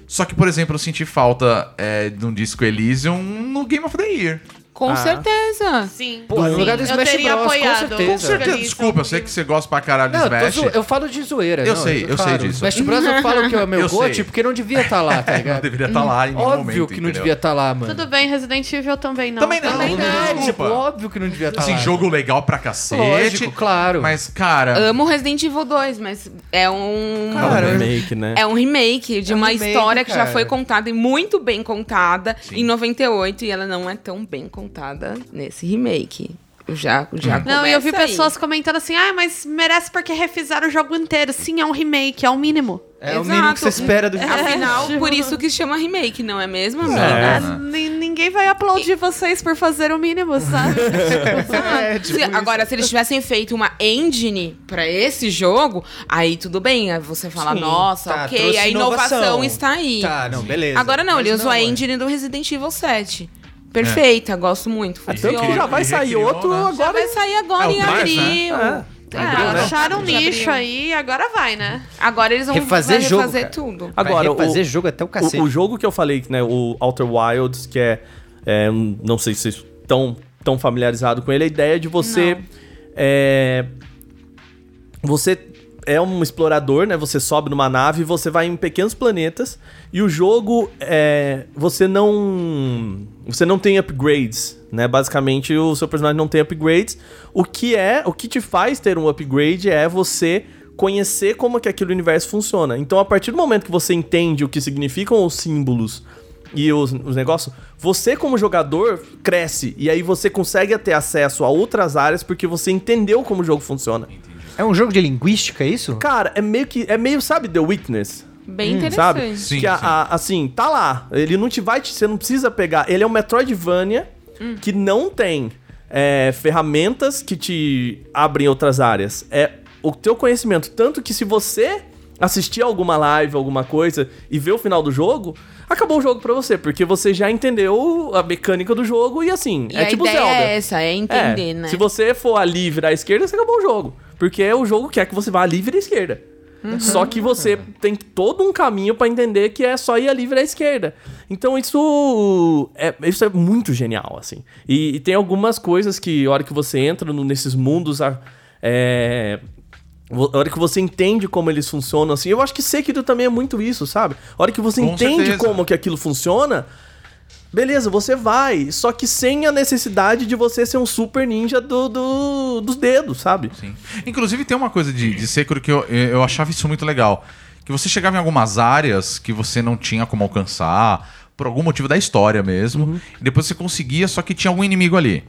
Só que, por exemplo, eu senti falta é, de um Disco Elysium no Game of the Year. Com Ah. certeza. Sim. Pô, no Sim, lugar do eu Smash teria Bros, com apoiado. certeza. Com certeza, Feliz, desculpa, eu sei que você gosta pra caralho de Não, eu, tô Smash. zo- eu falo de zoeira. Eu não, sei, eu sei disso. Smash Bros eu falo que é o meu Eu gote sei. porque não devia estar lá, tá Não ligado? deveria estar lá em nenhum Óbvio momento, que não entendeu? devia estar lá, mano. Tudo bem, Resident Evil também não. Também não, Também não, É, desculpa. tipo, óbvio que não devia estar Assim, lá. jogo legal pra cacete. Lógico, claro. Mas, cara... Amo Resident Evil dois, mas é um... Cara, É um remake, né? É um remake de É um uma remake, história que já cara. foi contada e muito bem contada Sim. em noventa e oito e ela não é tão bem contada nesse remake. Já, já Não, e eu vi começa aí. pessoas comentando assim, ah, mas merece porque refizeram o jogo inteiro. Sim, é um remake, é o mínimo. É o Exato. mínimo que você espera do jogo. Afinal, É, por tipo- isso que chama remake, não é mesmo, É. Ah, amiga? ni- ninguém vai aplaudir vocês por fazer o mínimo, sabe? É, tipo Se- agora, se eles tivessem feito uma engine pra esse jogo, aí tudo bem. Aí você fala, Sim, nossa, tá, ok, trouxe a inovação, inovação. está aí. Tá, não, beleza. Agora não, ele Mas usou a é. engine do Resident Evil sete. Perfeita, gosto muito. Tanto Funciona. que já vai E sair recriou, outro né? Já agora. vai sair agora É, o em dois, abril. né? É, Abril, né? acharam um De nicho abril. aí, agora vai, né? Agora eles vão Refazer vai jogo, refazer cara. tudo. Agora, Vai refazer o, jogo até o cacete. o, o jogo que eu falei, né, o Outer Wilds, que é, é, não sei se vocês estão tão familiarizados com ele, a ideia de você... Não. É, você é um explorador, né? Você sobe numa nave e você vai em pequenos planetas. E o jogo, é, você não... Você não tem upgrades, né? Basicamente, o seu personagem não tem upgrades. O que é... O que te faz ter um upgrade é você conhecer como que aquele universo funciona. Então, a partir do momento que você entende o que significam os símbolos e os, os negócios, você como jogador cresce. E aí você consegue ter acesso a outras áreas porque você entendeu como o jogo funciona. É um jogo de linguística, é isso? Cara, é meio que... É meio, sabe, The Witness? Bem Hum, sabe? interessante. Sim, que a- sim. a- assim, tá lá. Ele não te vai... Te, você não precisa pegar... Ele é um Metroidvania que não tem é, ferramentas que te abrem outras áreas. É o teu conhecimento. Tanto que se você assistir alguma live, alguma coisa, e ver o final do jogo, acabou o jogo pra você. Porque você já entendeu a mecânica do jogo e assim... E é a tipo ideia Zelda. é essa, é entender, É, né? Se você for ali e virar à esquerda, você acabou o jogo. Porque o jogo quer que você vá ali e vire à esquerda. Só que você tem todo um caminho pra entender que é só ir ali e virar à esquerda. Então isso é, isso é muito genial, assim. E, e tem algumas coisas que, a hora que você entra no- nesses mundos... a- É, a hora que você entende como eles funcionam, assim... Eu acho que Sekiro também é muito isso, sabe? A hora que você Com entende certeza. como que aquilo funciona... Beleza, você vai, só que sem a necessidade de você ser um super ninja do, do- dos dedos, sabe? Sim. Inclusive tem uma coisa de, de Sekiro que eu, eu achava isso muito legal. Que você chegava em algumas áreas que você não tinha como alcançar, por algum motivo da história mesmo. E depois você conseguia, só que tinha algum inimigo ali.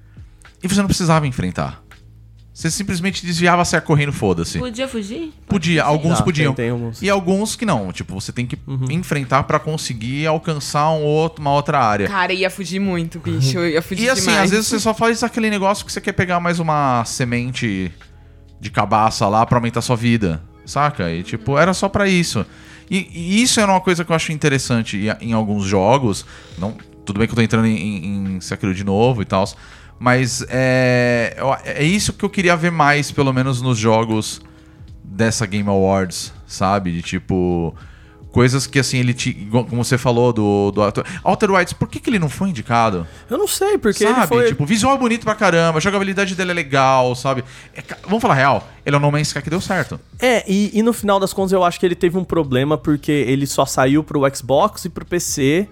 E você não precisava enfrentar. Você simplesmente desviava, saia correndo, foda-se. Podia fugir? Podia, alguns Tá, podiam. tem- tem alguns. E alguns que não. Tipo, você tem que enfrentar pra conseguir alcançar um outro, uma outra área. Cara, ia fugir muito, bicho. Eu ia fugir E assim, demais. às vezes você só faz aquele negócio que você quer pegar mais uma semente de cabaça lá pra aumentar sua vida, saca? E tipo, era só pra isso. E, e isso era uma coisa que eu acho interessante em, em alguns jogos. Não, tudo bem que eu tô entrando em, em, em Sekiro de novo e tal, mas é, eu- é isso que eu queria ver mais, pelo menos nos jogos dessa Game Awards, sabe? De tipo... Coisas que, assim, ele te... igual- Como você falou do... do Outer- Outer Wilds, por que, que ele não foi indicado? Eu não sei, porque Sabe? ele foi... Tipo, o visual é bonito pra caramba, a jogabilidade dele é legal, sabe? É ca- vamos falar real, ele é o No Man's Sky que deu certo. É, e, e no final das contas eu acho que ele teve um problema porque ele só saiu pro Xbox e pro P C.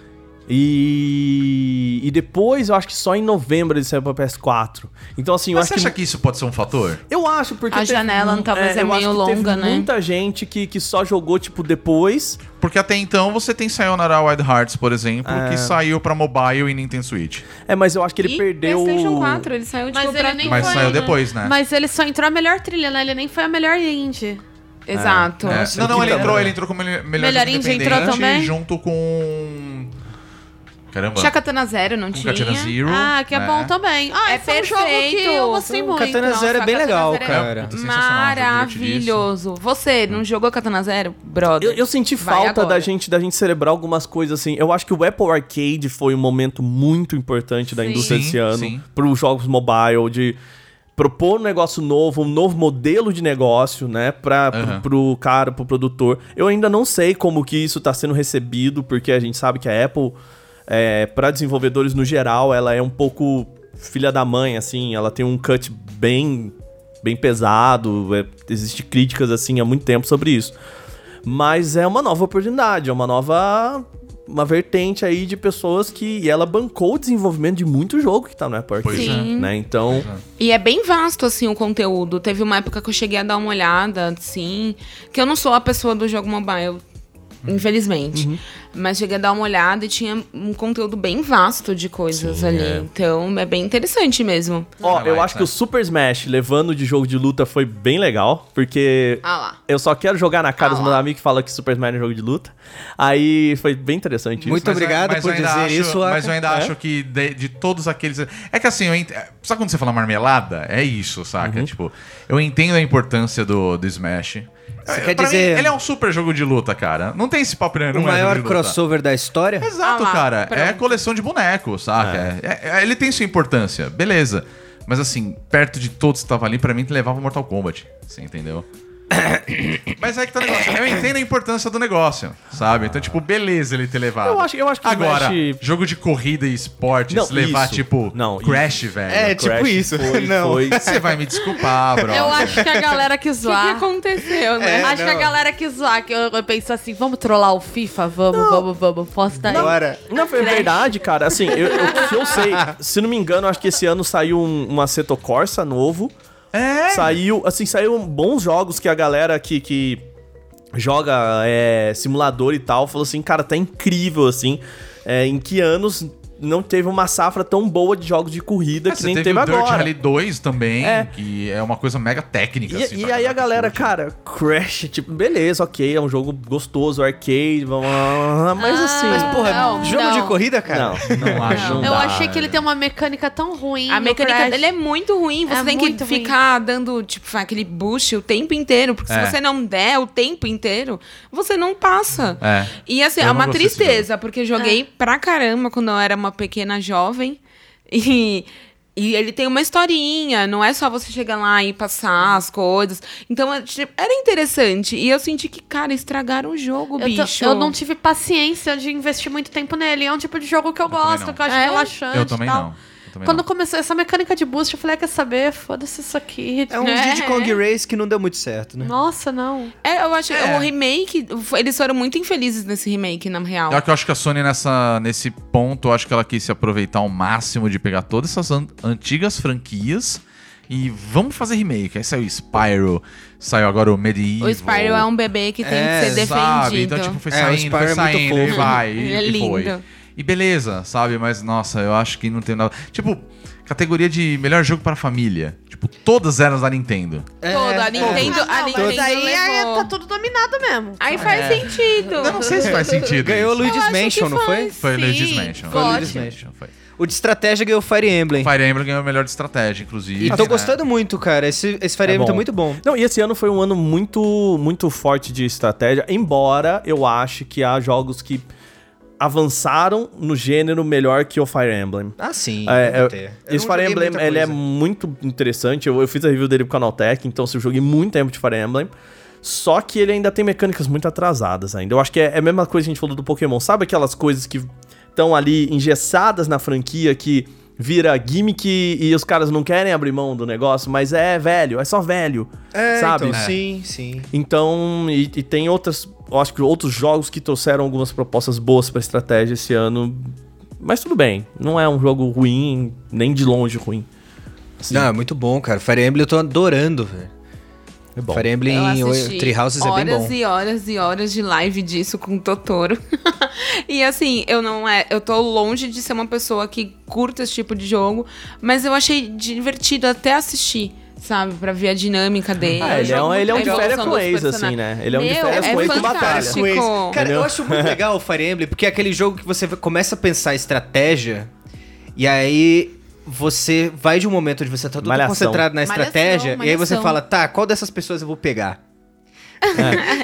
E, e depois eu acho que só em novembro ele saiu pra P S quatro. Então assim, eu Mas acho você que... acha que isso pode ser um fator? Eu acho, porque... A teve janela mu- talvez é eu meio acho que teve longa, né? muita gente que, que só jogou, tipo, depois. Porque até então você tem Sayonara Wild Hearts, por exemplo, É. que saiu pra mobile e Nintendo Switch. É, mas eu acho que ele E perdeu... PlayStation quatro, ele saiu, tipo, Mas pra ele nem Mas foi, saiu né? depois, né? Mas ele só entrou a melhor trilha, né? Ele nem foi a melhor indie. Exato. É. Nossa, Não, não, que ele da entrou, hora. ele entrou como melhor, Melhor jogo indie entrou independente também? junto com... Caramba. Tinha Katana Zero, não com tinha? Katana Zero. Ah, que é né? bom também. Ah, É esse é um jogo que perfeito. eu gostei O muito. Katana Nossa, Zero é bem Katana legal, Zero é cara. É sensacional, um jogo Maravilhoso. Você não jogou Katana Zero? Brother. Eu, eu senti Vai falta agora. da gente, da gente celebrar algumas coisas assim. Eu acho que o Apple Arcade foi um momento muito importante da Sim. indústria Sim, esse ano sim. para os jogos mobile, de propor um negócio novo, um novo modelo de negócio, né, pra, Uhum. pro, pro cara, pro produtor. Eu ainda não sei como que isso tá sendo recebido, porque a gente sabe que a Apple, é, pra desenvolvedores no geral, ela é um pouco filha da mãe, assim, ela tem um cut bem, bem pesado, é, existe críticas, assim, há muito tempo sobre isso. Mas é uma nova oportunidade, é uma nova... uma vertente aí de pessoas que... E ela bancou o desenvolvimento de muito jogo que tá no Apple Arcade, Pois é. né? Então... E é bem vasto, assim, o conteúdo. Teve uma época que eu cheguei a dar uma olhada, assim... Que eu não sou a pessoa do jogo mobile, infelizmente. Uhum. Mas cheguei a dar uma olhada e tinha um conteúdo bem vasto de coisas Sim, ali. é. Então, é bem interessante mesmo. Ó, Vai eu lá, acho tá. que o Super Smash levando de jogo de luta foi bem legal, porque Ah lá. eu só quero jogar na cara Ah dos meus lá. amigos que falam que Super Smash é jogo de luta. Aí foi bem interessante isso. Muito Mas- obrigado mas por eu ainda dizer acho- isso, Mas eu Aka. ainda É? acho que de, de todos aqueles... É que assim, eu ent... sabe quando você fala marmelada? É isso, saca? Uhum. Tipo, eu entendo a importância do, do Smash. Você É, quer pra dizer- mim, ele é um super jogo de luta, cara. Não tem esse papo, né? O Não é maior jogo de luta. crossover da história? Exato, Ah lá, cara. É pronto. coleção de bonecos, saca? É, é- ele tem sua importância, beleza. Mas assim, perto de todos que estavam ali, pra mim, levava Mortal Kombat. Você entendeu? Mas é que tá o negócio. Eu entendo a importância do negócio, sabe? Então, tipo, beleza ele ter levado. Eu acho- eu acho que o Agora, Smash- jogo de corrida e esportes, Não, levar, isso. tipo, Não, Crash, velho. É, tipo Crash isso. Foi, Não. foi- Você vai me desculpar, bro. Eu acho que a galera quis O que, que zoar. aconteceu, né? É, acho que a não. galera quis zoar. Que eu, eu penso assim, vamos trollar o FIFA? Vamos, vamos, vamos. Posso dar Agora, Não, foi verdade, cara. Assim, eu, eu, se eu sei, se não me engano, acho que esse ano saiu um, um Assetto Corsa novo. É. Saiu, assim, saiu bons jogos que a galera que, que joga é, simulador e tal falou assim, cara, tá incrível, assim. É, em que anos não teve uma safra tão boa de jogos de corrida É, que você nem teve, teve, o Dirt agora. Rally dois também, É. que é uma coisa mega técnica. E, assim, e pra aí a que galera, curte. cara, Crash, tipo, beleza, ok, é um jogo gostoso, arcade, vamos lá, mas Ah, assim... mas porra, Não, jogo não. de corrida, cara? Não, Não acho. não Eu dá, achei que ele né? tem uma mecânica tão ruim. A no mecânica Crash. dele é muito ruim. Você É tem que muito ruim. ficar dando, tipo, aquele boost o tempo inteiro. Porque É. se você não der o tempo inteiro, você não passa. É. E assim, Eu é não uma gostei desse tristeza, porque eu joguei pra caramba quando eu era uma pequena jovem. E, e ele tem uma historinha, não é só você chegar lá e passar as coisas. Então, é, tipo, era interessante. E eu senti que, cara, estragaram o jogo, Eu, tô- bicho. eu não tive paciência de investir muito tempo nele. É um tipo de jogo que eu, também gosto, não. que eu acho É? relaxante. Eu também e tal. não. Eu também Quando não. começou essa mecânica de boost, eu falei, ah, quer saber? Foda-se isso aqui. É um É. Diddy Kong Race que não deu muito certo, né? Nossa, não. É, eu acho que É. o remake, eles foram muito infelizes nesse remake, na real. Eu, eu acho que a Sony nessa, nesse ponto, eu acho que ela quis se aproveitar ao máximo de pegar todas essas an- antigas franquias e vamos fazer remake. Aí saiu o Spyro, saiu agora o Medieval. O Spyro é um bebê que tem É, que ser Sabe? defendido. Então, tipo, foi É, o saindo, Spyro foi é muito saindo, e fofo. vai, e, Ele é e foi. lindo. E beleza, sabe? Mas, nossa, eu acho que não tem nada... Tipo, categoria de melhor jogo para família. Tipo, todas eram da Nintendo. Toda a Nintendo, Ah, a não, Nintendo mas aí é- levou. tá tudo dominado mesmo. Aí faz sentido. Eu não sei se faz sentido Ganhou o isso. Luigi's acho que Mansion, não foi? faz. Foi o Sim, Luigi's Mansion. foi o ótimo. Mansion, foi. O de estratégia ganhou Fire Emblem. Fire Emblem ganhou o melhor de estratégia, inclusive. E tô né? gostando muito, cara. Esse, esse Fire É Emblem tá bom. muito bom. Não, e esse ano foi um ano muito, muito forte de estratégia, embora eu ache que há jogos que avançaram no gênero melhor que o Fire Emblem. Ah, sim. É, deve é, ter. Eu esse não Fire joguei Emblem, muita ele é coisa. muito interessante, eu, eu fiz a review dele pro Canaltech, então assim, eu joguei muito tempo de Fire Emblem, só que ele ainda tem mecânicas muito atrasadas ainda. Eu acho que é, é a mesma coisa que a gente falou do Pokémon, sabe aquelas coisas que estão ali engessadas na franquia, que vira gimmick e, e os caras não querem abrir mão do negócio, mas é velho, é só velho, É, sabe? então, É. sim, sim. Então, e, e tem outras, eu acho que outros jogos que trouxeram algumas propostas boas pra estratégia esse ano. Mas tudo bem, não é um jogo ruim, nem de longe ruim. Assim, Não, é muito bom, cara. Fire Emblem eu tô adorando, velho. é bom. Fire Emblem Eu o assisti Tree Houses é bem bom. horas e horas e horas de live disso com o Totoro. E assim, eu não é, eu tô longe de ser uma pessoa que curta esse tipo de jogo, mas eu achei divertido até assistir, sabe, pra ver a dinâmica dele. Ah, ele é um, ele é um de A férias evolução com dos ex, assim, personagens. né? Ele é um de Meu, férias é com ex com batalha. fantástico. Cara, Entendeu? eu acho muito legal o Fire Emblem, porque é aquele jogo que você começa a pensar estratégia, e aí você vai de um momento onde você tá todo Malhação. concentrado na Malhação, estratégia, e aí você malhação. fala, tá, qual dessas pessoas eu vou pegar?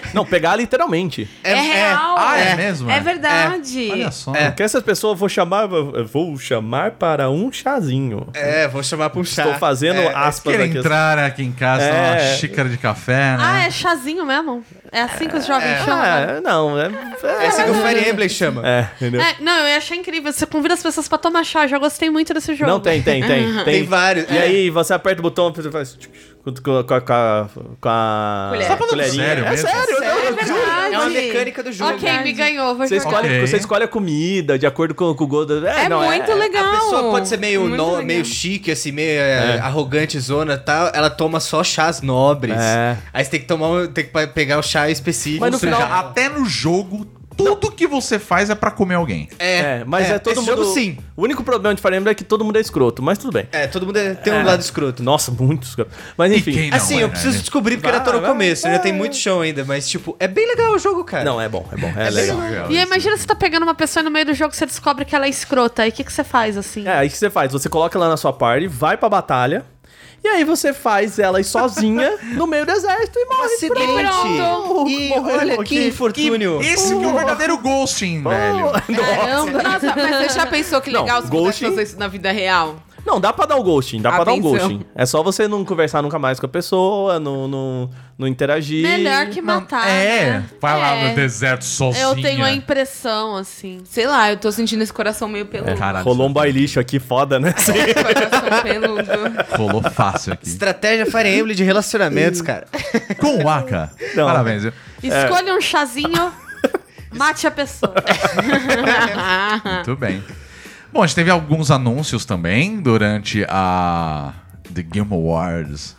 Não, pegar literalmente. É, real. Ah, é mesmo? É, É. verdade. Olha só. É. Porque essas pessoas eu vou chamar, eu vou chamar para um chazinho. É, vou chamar pra um chá. Estou fazendo É, aspas Quer aqui. entrar aqui em casa, É. tomar uma xícara de café, né? Ah, é chazinho mesmo? É assim que os jovens chamam? Ah, não, é... É assim que o Fire Emblem chama. É, entendeu? É, não, eu achei incrível. Você convida as pessoas pra tomar chá. Já gostei muito desse jogo. Não, tem, tem, tem. Tem, Tem vários. E é. aí você aperta o botão, você faz... Com, com, com, a- com a... Com a... Colher. Você tá falando colherinha. sério É mesmo? sério, eu- eu- É verdade. É uma mecânica do jogo. Ok, me ganhou. Vou Você jogar. escolhe, Ok. você escolhe a comida de acordo com, com o gosto. É, É não, muito legal. A pessoa pode ser meio, Muito no- legal. meio chique, assim, meio é, arrogante, zona e tal. Ela toma só chás nobres. É. Aí você tem que tomar, um- tem que pegar o chá específico. Mas no Ou seja, final- até no jogo, tudo que você faz é pra comer alguém. É, mas é, todo esse mundo... jogo sim. O único problema de Fire Emblem é que todo mundo é escroto, mas tudo bem. É, todo mundo é- tem um É. lado escroto. Nossa, muito escroto. Mas E enfim... quem não Assim, é, eu né? preciso descobrir porque ainda tô no Vai, começo, ainda tem muito chão ainda, mas tipo, é bem legal o jogo, cara. Não, é bom, é bom, é, legal. Legal E aí, isso. imagina você tá pegando uma pessoa e no meio do jogo você descobre que ela é escrota. Aí o que, que você faz, assim? É, aí o que você faz? Você coloca ela na sua party, vai pra batalha, e aí você faz ela ir sozinha no meio do exército e morre. Acidente. Pronto. E Morreu olha aqui. que infortúnio. Esse que é o verdadeiro ghosting, velho. Caramba. Nossa, mas você já pensou que Não, legal se pudesse ghosting- fazer isso na vida real? Não, dá pra dar o ghosting, dá pra dar o Atenção. ghosting. É só você não conversar nunca mais com a pessoa, não, não, não interagir. Melhor que Não, matar. é, né? vai lá É. no deserto sozinha. Eu tenho a impressão, assim. Sei lá, eu tô sentindo esse coração meio peludo. Caralho, Rolou um bailixo aqui foda, né? Coração peludo. rolou fácil aqui. Estratégia Fire Emblem de relacionamentos, cara. Com o Aka. Não. Parabéns. viu? Escolha um chazinho, mate a pessoa. Muito bem. Bom, a gente teve alguns anúncios também durante a The Game Awards.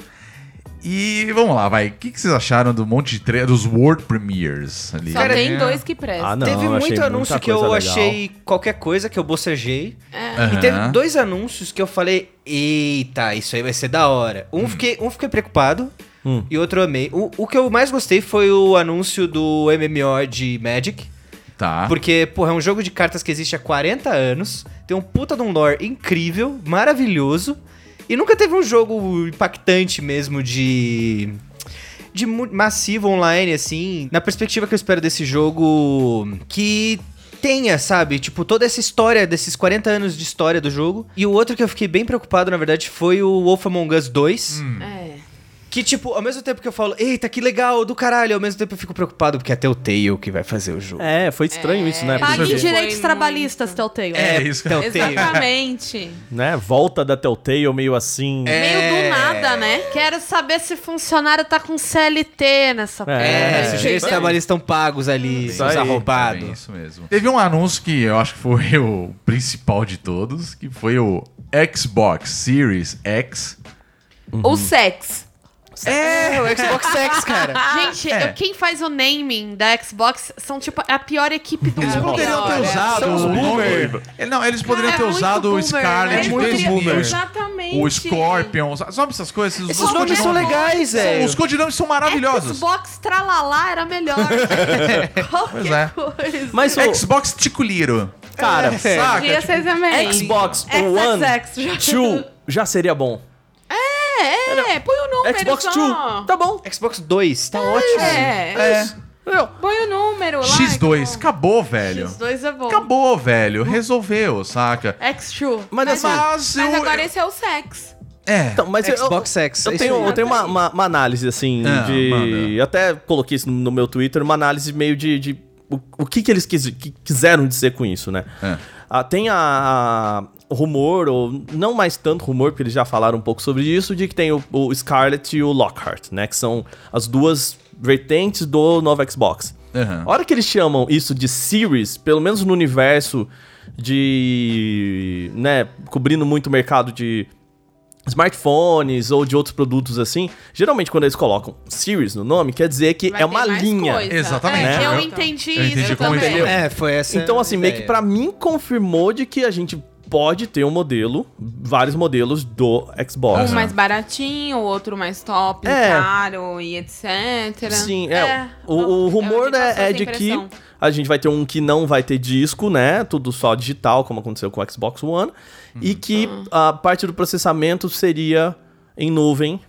E vamos lá, vai. O que, que vocês acharam do monte de tre dos World Premiers ali? Só tem dois que prestam. Ah, não, teve eu achei muito anúncio muita que eu coisa legal. achei qualquer coisa, que eu bocejei. Aham. E teve dois anúncios que eu falei, eita, isso aí vai ser da hora. Um, fiquei, um fiquei preocupado Hum. e outro eu amei. O, o que eu mais gostei foi o anúncio do M M O de Magic. Tá. Porque, porra, é um jogo de cartas que existe há quarenta anos, tem um puta de um lore incrível, maravilhoso, e nunca teve um jogo impactante mesmo de... de mu- massivo online, assim, na perspectiva que eu espero desse jogo, que tenha, sabe, tipo, toda essa história, desses quarenta anos de história do jogo. E o outro que eu fiquei bem preocupado, na verdade, foi o Wolf Among Us dois. É. Que, tipo, ao mesmo tempo que eu falo, eita, que legal, do caralho, ao mesmo tempo eu fico preocupado, porque é a Telltale que vai fazer o jogo. É, foi estranho isso, né? Pague Porque, direitos Foi trabalhistas, muito. Telltale. É isso que eu... Telltale. Exatamente. né, volta da Telltale meio assim... É. Meio do nada, né? Quero saber se funcionário tá com C L T nessa porra. É, se os É. direitos trabalhistas estão pagos ali, Isso seus aí. É arrombados. isso mesmo. Teve um anúncio que eu acho que foi o principal de todos, que foi o Xbox Series X. O sex. É, o Xbox X, cara. Gente, É. eu- quem faz o naming da Xbox são, tipo, a pior equipe do Eles mundo. poderiam ter Olha, usado são os o boomer. nome- É, Não, eles poderiam É ter muito usado o boomer, Scarlet é muito Engineer, boomer. Exatamente. o Scorpion, sabe essas coisas? Esses- Esses os nomes são codinomes- legais, velho. Os codinomes são maravilhosos. Xbox Tralalá era melhor. Qualquer é. coisa. Mas o... Xbox Ticuliro. Cara, Saca? Podia ser também. Xbox X One, X X, já. dois já seria bom. É, põe o número Xbox só. dois, tá bom. Xbox dois, tá ótimo. É, É. Não, põe o número lá. X dois, acabou, velho. X dois é bom. Acabou, velho. Resolveu, saca? X dois. mas assim... Mas, Mas eu- agora esse é o sex. É. Então, mas eu- Xbox X. Eu é tenho, isso aí. eu tenho uma, uma, uma análise, assim, Ah, de... manda. Até coloquei isso no meu Twitter, uma análise meio de... de o, o que, que eles quis, que quiseram dizer com isso, né? É. Ah, tem a, a rumor, ou não mais tanto rumor, porque eles já falaram um pouco sobre isso, de que tem o, o Scarlet e o Lockhart, né? Que são as duas vertentes do novo Xbox. Uhum. A hora que eles chamam isso de Series, pelo menos no universo de... né, cobrindo muito o mercado de smartphones ou de outros produtos assim, geralmente quando eles colocam Series no nome, quer dizer que Vai é ter uma mais linha. coisa. Exatamente. É, Né? eu Eu- entendi eu entendi isso como também. entendeu. É, foi essa. Então, assim, meio que ideia. pra mim confirmou de que a gente pode ter um modelo, vários modelos do Xbox. Um mais baratinho, o outro mais top, É. caro e etcétera. Sim, é. É, o, o rumor eu tive é, essa é de que impressão. a gente vai ter um que não vai ter disco, né? Tudo só digital, como aconteceu com o Xbox One. E que a parte do processamento seria em nuvem,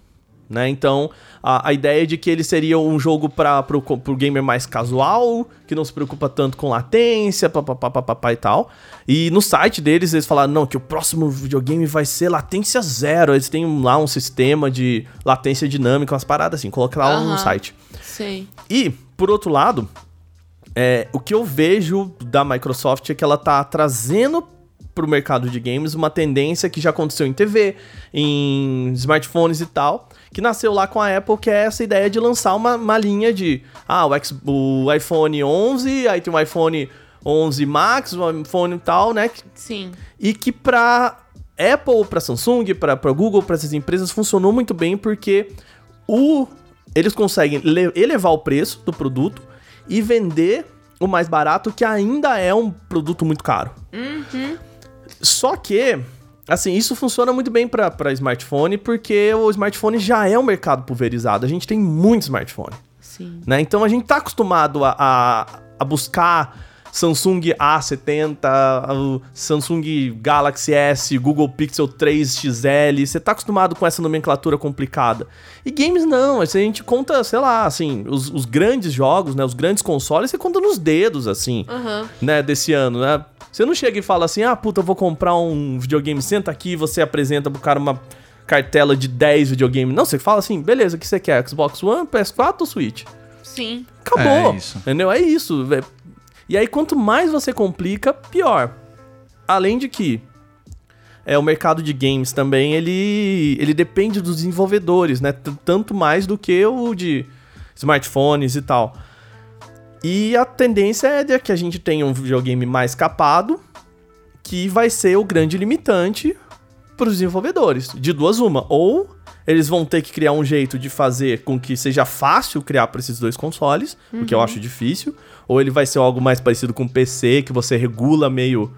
né? Então, a, a ideia de que ele seria um jogo para pro, pro gamer mais casual, que não se preocupa tanto com latência, papapá e tal. E no site deles, eles falaram, não, que o próximo videogame vai ser latência zero. Eles têm lá um sistema de latência dinâmica, umas paradas assim, coloca lá Aham. no site. Sei. E, por outro lado, é, o que eu vejo da Microsoft é que ela tá trazendo pro mercado de games uma tendência que já aconteceu em T V, em smartphones e tal, que nasceu lá com a Apple, que é essa ideia de lançar uma, uma linha de, ah, o, X, o iPhone onze, aí tem o iPhone onze Max, o iPhone e tal, né? Sim. E que pra Apple, pra Samsung, pra, pra Google, pra essas empresas, funcionou muito bem porque o, eles conseguem le- elevar o preço do produto e vender o mais barato, que ainda é um produto muito caro. Uhum. Só que, assim, isso funciona muito bem pra, pra smartphone, porque o smartphone já é um mercado pulverizado. A gente tem muito smartphone, Sim. né? Então a gente tá acostumado a, a, a buscar Samsung A setenta, o Samsung Galaxy S, Google Pixel três X L. Você tá acostumado com essa nomenclatura complicada. E games não, a gente conta, sei lá, assim, os, os grandes jogos, né? Os grandes consoles, você conta nos dedos, assim, Aham. né? Desse ano, né? Você não chega e fala assim, ah, puta, eu vou comprar um videogame, senta aqui e você apresenta pro cara uma cartela de dez videogames. Não, você fala assim, beleza, o que você quer? Xbox One, P S quatro ou Switch? Sim. Acabou. É isso. Entendeu? É isso. velho. E aí, quanto mais você complica, pior. Além de que é, o mercado de games também, ele, ele depende dos desenvolvedores, né? T- Tanto mais do que o de smartphones e tal. E a tendência é de que a gente tenha um videogame mais capado, que vai ser o grande limitante para os desenvolvedores. De duas uma. Ou eles vão ter que criar um jeito de fazer com que seja fácil criar para esses dois consoles, o que eu acho difícil. Ou ele vai ser algo mais parecido com o P C, que você regula meio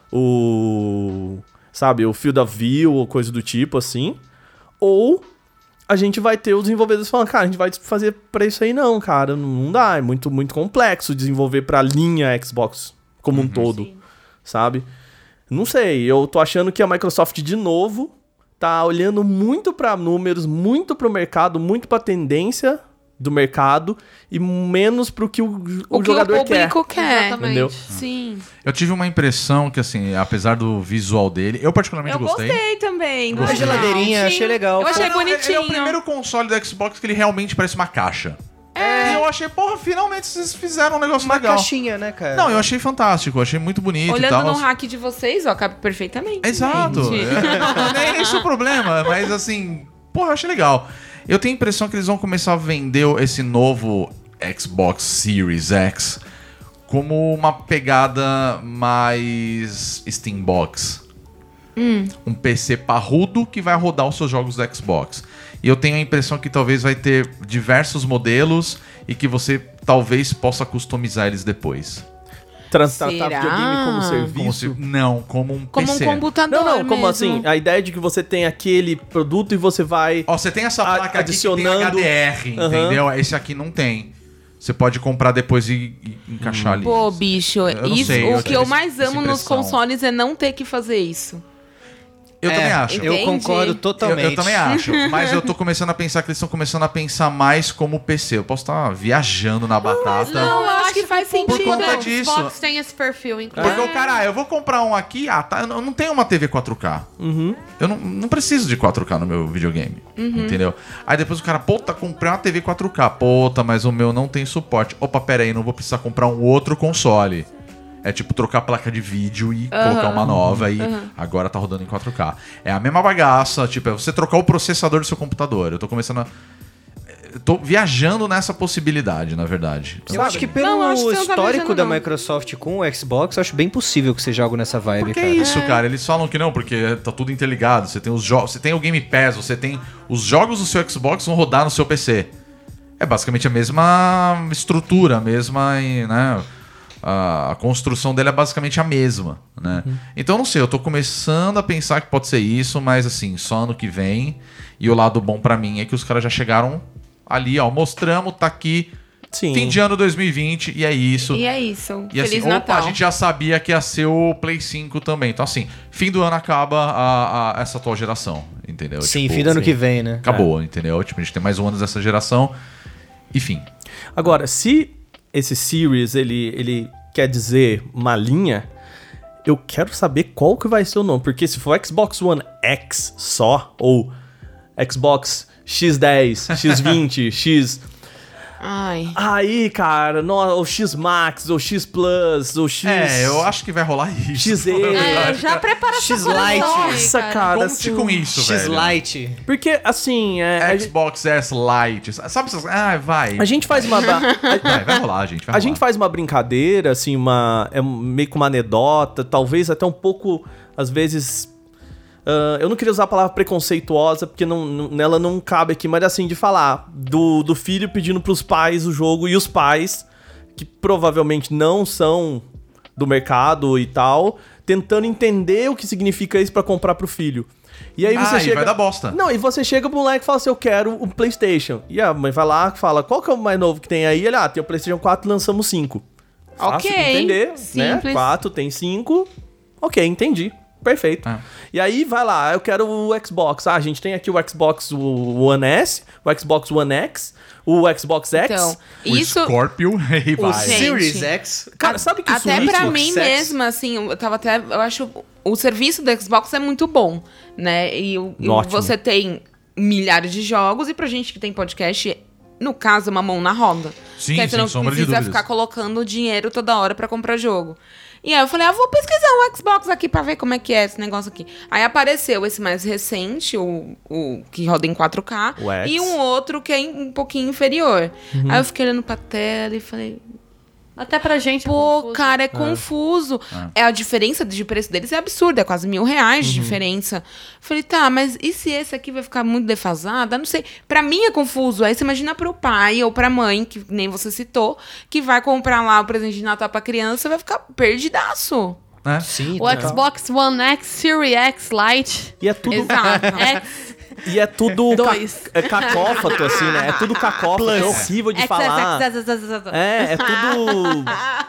o... sabe, o field of view ou coisa do tipo, assim. Ou a gente vai ter os desenvolvedores falando, cara, a gente vai fazer pra isso aí não, cara, não dá, é muito, muito complexo desenvolver pra linha Xbox como um todo, Sim. sabe? Não sei, eu tô achando que a Microsoft, de novo, tá olhando muito pra números, muito pro mercado, muito pra tendência do mercado e menos pro que o, o, O que jogador o público quer. quer. Exatamente. Entendeu? Sim. Eu tive uma impressão que, assim, apesar do visual dele, eu particularmente Eu gostei. gostei também. A gostei. geladeirinha, achei legal. Eu achei Ele é o- bonitinho. Ele é o primeiro console do Xbox que ele realmente parece uma caixa. É. E eu achei, porra, finalmente vocês fizeram um negócio Uma legal. caixinha, né, cara? Não, eu achei fantástico, eu achei muito bonito e Olhando tal. no hack de vocês, ó, cabe perfeitamente. Exato. gente. É, não, nem é esse o problema, mas assim, porra, eu achei legal. Eu tenho a impressão que eles vão começar a vender esse novo Xbox Series X como uma pegada mais Steambox. Hum. Um P C parrudo que vai rodar os seus jogos do Xbox. E eu tenho a impressão que talvez vai ter diversos modelos e que você talvez possa customizar eles depois. Tra- Será? Tratar videogame como serviço. Como se, não, como um Como P C. um computador Não, não, como mesmo. assim? A ideia de que você tem aquele produto e você vai... Ó, você tem essa A- placa aqui que tem adicionando- H D R, Aham. entendeu? Esse aqui não tem. Você pode comprar depois e, e encaixar ali. Pô, bicho, Eu não isso, sei, o eu que tenho eu essa- mais essa amo nos impressão. consoles é não ter que fazer isso. Eu É, também acho. Eu Entendi. concordo Eu, totalmente. eu também acho, mas eu tô começando a pensar que eles estão começando a pensar mais como P C. Eu posso estar viajando na batata. Não, eu acho que faz o sentido. conta O disso. Xbox tem esse perfil, inclusive. Porque o cara, ah, eu vou comprar um aqui, ah, tá, eu não eu não tenho uma T V quatro K. Uhum. Eu não, não preciso de quatro K no meu videogame, entendeu? Aí depois o cara, puta, comprei uma T V quatro K. Puta, mas o meu não tem suporte. Opa, pera aí, não vou precisar comprar um outro console. É tipo trocar a placa de vídeo e colocar uma nova e agora tá rodando em quatro K. É a mesma bagaça, tipo, é você trocar o processador do seu computador. Eu tô começando a... Eu tô viajando nessa possibilidade, na verdade. Eu acho que pelo Não, eu acho que você não tá histórico viajando, da não. Microsoft com o Xbox, eu acho bem possível que seja algo nessa vibe, Porque cara. é isso, cara. Eles falam que não, porque tá tudo interligado. Você tem os jogos, você tem o Game Pass, você tem os jogos do seu Xbox vão rodar no seu P C. É basicamente a mesma estrutura, a mesma, né? A, a construção dele é basicamente a mesma, né? Então não sei, eu tô começando a pensar que pode ser isso, mas assim, só ano que vem. E o lado bom pra mim é que os caras já chegaram ali, ó, mostramos, tá aqui, Sim. fim de ano dois mil e vinte, e é isso. E é isso. E Feliz assim, Natal. opa, a gente já sabia que ia ser o Play cinco também. Então, assim, fim do ano acaba a, a- essa atual geração. entendeu? Sim, Tipo, fim do ano sim. que vem, né? acabou, entendeu? Tipo, a gente tem mais um ano dessa geração. Enfim. Agora, se esse Series, ele, ele quer dizer uma linha, eu quero saber qual que vai ser o nome. Porque se for Xbox One X só, ou Xbox X dez, X vinte, X... Ai. Aí, cara, no, ou X Max, ou X Plus, ou X... É, eu acho que vai rolar isso. X E. É, já prepara essa X-Lite. coleção aí, Nossa, cara. cara, Conte assim, com isso, velho. X-Lite. Porque, assim, é, a, gente, Xbox S Lite. Sabe essas... Ah, vai. a gente faz uma... a, Vai, vai rolar, gente. Vai a rolar. gente faz uma brincadeira, assim, uma, é meio que uma anedota, talvez até um pouco, às vezes... Uh, eu não queria usar a palavra preconceituosa, porque não, não, nela não cabe aqui, mas assim, de falar do, do filho pedindo pros pais o jogo, e os pais, que provavelmente não são do mercado e tal, tentando entender o que significa isso pra comprar pro filho. E aí você Ah, e chega... vai dar bosta. Não, e você chega pro moleque e fala assim, eu quero um PlayStation. E a mãe vai lá e fala, qual que é o mais novo que tem aí? Ele, ah, tem o PlayStation quatro, lançamos cinco. Fácil de Ok, entender, né? simples. quatro, tem cinco. Ok, entendi. Perfeito. Ah. E aí vai lá, eu quero o Xbox. Ah, a gente tem aqui o Xbox One S, o Xbox One X, o Xbox X. Então, O isso... Scorpio, e vai. Gente. Series X. Cara, sabe que o Até Switch, pra o mim Sex- mesma, assim, eu tava até... Eu acho o serviço do Xbox é muito bom, né? E, o- e Ótimo. você tem milhares de jogos, e pra gente que tem podcast, no caso, é uma mão na roda. Sim, que aí você sem não sombra de precisa dúvidas. ficar colocando dinheiro toda hora pra comprar jogo. E aí eu falei, ah, vou pesquisar um Xbox aqui pra ver como é que é esse negócio aqui. Aí apareceu esse mais recente, o, o que roda em quatro K, O X. e um outro que é um pouquinho inferior. Uhum. Aí eu fiquei olhando pra tela e falei... Até pra gente. é Pô, confuso. cara, é confuso. É. A diferença de preço deles é absurda, é quase mil reais de diferença. Falei, tá, mas e se esse aqui vai ficar muito defasado? Eu não sei. Pra mim é confuso. Aí você imagina pro pai ou pra mãe, que nem você citou, que vai comprar lá o presente de Natal pra criança, vai ficar perdidaço. Né? Sim, O Xbox One X, Series X Lite. E é tudo... Exato. X, E é tudo ca- Dois. é cacófato, assim, né? É tudo cacófato, é horrível de X, falar. X, X, X, X, X. É, é tudo...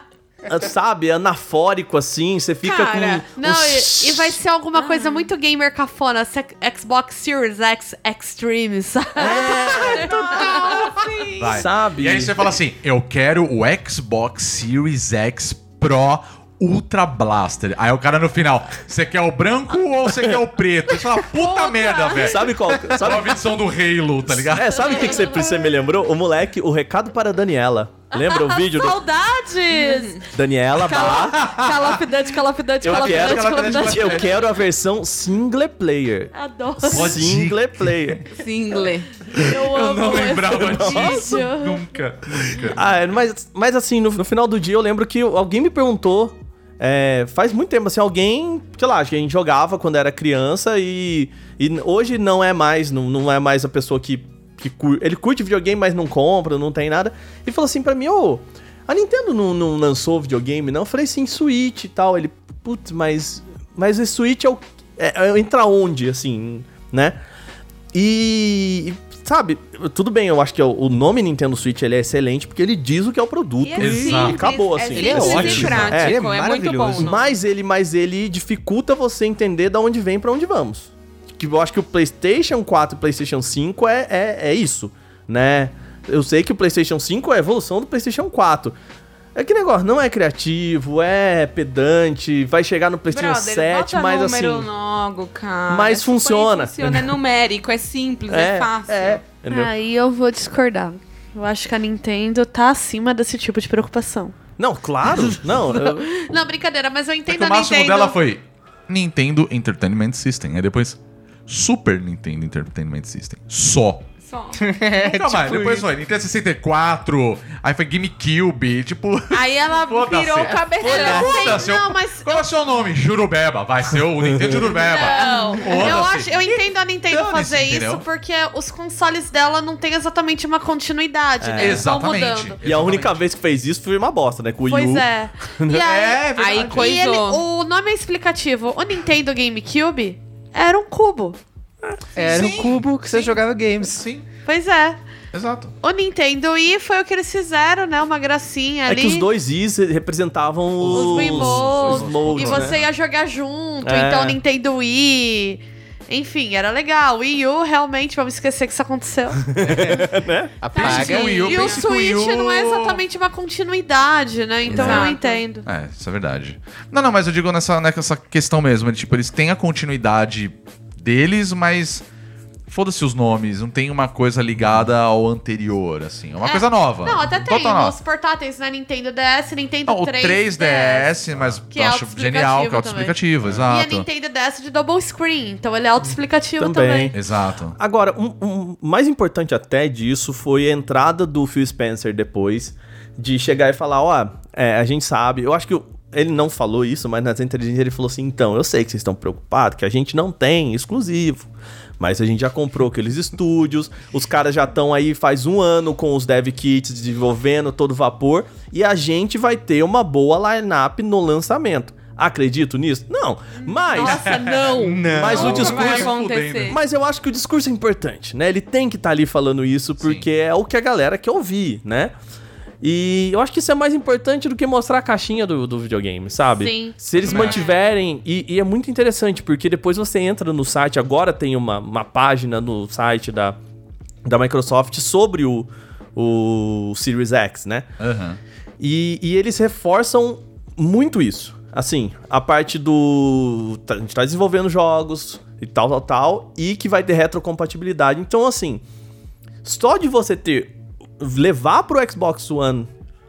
Sabe, anafórico, assim, você fica Cara, com... Não, uns- e, e vai ser alguma coisa muito gamer cafona. se- Xbox Series X Extreme, sabe? Vai. Sabe? E aí você fala assim, eu quero o Xbox Series X Pro Ultra Blaster. Aí o cara no final, você quer o branco ou você quer o preto? Você fala, puta merda, velho. Sabe qual... Sabe Sabe, a edição do Halo, tá ligado? é, sabe o que, que você, você me lembrou? O moleque, o recado para a Daniela. Lembra o vídeo do... Saudades! Daniela, barra... Call of Duty, Call of Duty, Eu Call of quero, Duty, Call of Duty. eu quero a versão single player. Adoro. Single player. Single. Eu amo Não lembrava esse disso. vídeo. Nunca, nunca. Ah, é, mas, mas assim, no, no final do dia eu lembro que alguém me perguntou, é, faz muito tempo, assim, alguém, sei lá, acho que a gente jogava quando era criança e, e hoje não é mais, não, não é mais a pessoa que, que cur, ele curte videogame, mas não compra, não tem nada, e falou assim pra mim, ô, a Nintendo não, não lançou videogame, não? Eu falei assim, Switch e tal, ele, putz, mas, mas esse Switch é o, é, é, entra onde, assim, né? E... sabe, tudo bem, eu acho que o o nome Nintendo Switch ele é excelente porque ele diz o que é o produto E é e Exato. acabou, assim. Ele é Ele é simples ótimo. e prático, É, é, ele é muito bom. maravilhoso. não? Mas ele, mas ele dificulta você entender da onde vem pra onde vamos. Que eu acho que o PlayStation quatro e o PlayStation cinco é, é, é isso, né? Eu sei que o PlayStation cinco é a evolução do PlayStation quatro. É que negócio, não é criativo, é pedante, vai chegar no PlayStation Brother, sete, bota mas número assim... logo, cara. Mas Suponho que funciona. funciona, é numérico, é simples, é, fácil. É, entendeu? Aí eu vou discordar. Eu acho que a Nintendo tá acima desse tipo de preocupação. Não, claro, não. eu- Não, brincadeira, mas eu É entendo que o a máximo Nintendo. dela foi Nintendo Entertainment System. Aí depois Super Nintendo Entertainment System. Só. Só. Nunca mais. Depois foi Nintendo sessenta e quatro, aí foi GameCube, tipo... Aí ela Foda-se. virou o É, cabeção. Foda-se, não, eu- mas Qual é o seu nome? Jurubeba. Vai ser o Nintendo Jurubeba. Não, Foda-se. eu, acho, eu entendo a Nintendo Dane-se, fazer entendeu? isso porque os consoles dela não tem exatamente uma continuidade, né? Eles vão Exatamente. mudando. E a Exatamente. única vez que fez isso foi uma bosta, né? Com o Pois Wii U. é. E É, aí, verdade. Aí e ele, coisou. o nome é explicativo. O Nintendo GameCube era um cubo. Era Sim, um cubo que você sim. jogava games. Sim, Pois é. exato. O Nintendo Wii foi o que eles fizeram, né? Uma gracinha É ali. que os dois Is representavam os, Os Wiimotes. os modes, E você né? ia jogar junto. É. Então, Nintendo Wii. Enfim, era legal. O Wii U, realmente, vamos esquecer que isso aconteceu. Apaga. o Wii U, E o pensa que o Wii Switch U- não é exatamente uma continuidade, né? Então eu Exato. não entendo. É, isso é verdade. Não, não, mas eu digo nessa, nessa questão mesmo. Tipo, eles têm a continuidade deles, mas... Foda-se os nomes, não tem uma coisa ligada ao anterior, assim. É uma É. coisa nova. Não, até tem Total nova. os portáteis, né? Nintendo D S, Nintendo Não, o três três D S, mas que eu é acho genial, que é autoexplicativo autoexplicativo, E a exato. Nintendo D S de double screen, então ele é autoexplicativo Também. também. Exato. Agora, um, um mais importante até disso foi a entrada do Phil Spencer depois, de chegar e falar, ó, é, a gente sabe, eu acho que o- ele não falou isso, mas nas inteligências ele falou assim, então, eu sei que vocês estão preocupados, que a gente não tem exclusivo, mas a gente já comprou aqueles estúdios, os caras já estão aí faz um ano com os dev kits desenvolvendo todo vapor, e a gente vai ter uma boa line-up no lançamento. Acredito nisso? Não, mas... Nossa, não! Mas o Não discurso... vai acontecer. Mas eu acho que o discurso é importante, né? Ele tem que estar ali falando isso porque é o que a galera quer ouvir, né? E eu acho que isso é mais importante do que mostrar a caixinha do, do videogame, sabe? Sim. Se eles mantiverem... E, e é muito interessante, porque depois você entra no site, agora tem uma, uma página no site da, da Microsoft sobre o, o Series X, né? Aham. E, e eles reforçam muito isso. Assim, a parte do... tá- A gente tá desenvolvendo jogos e tal, tal, tal, e que vai ter retrocompatibilidade. Então, assim, só de você ter... levar pro Xbox One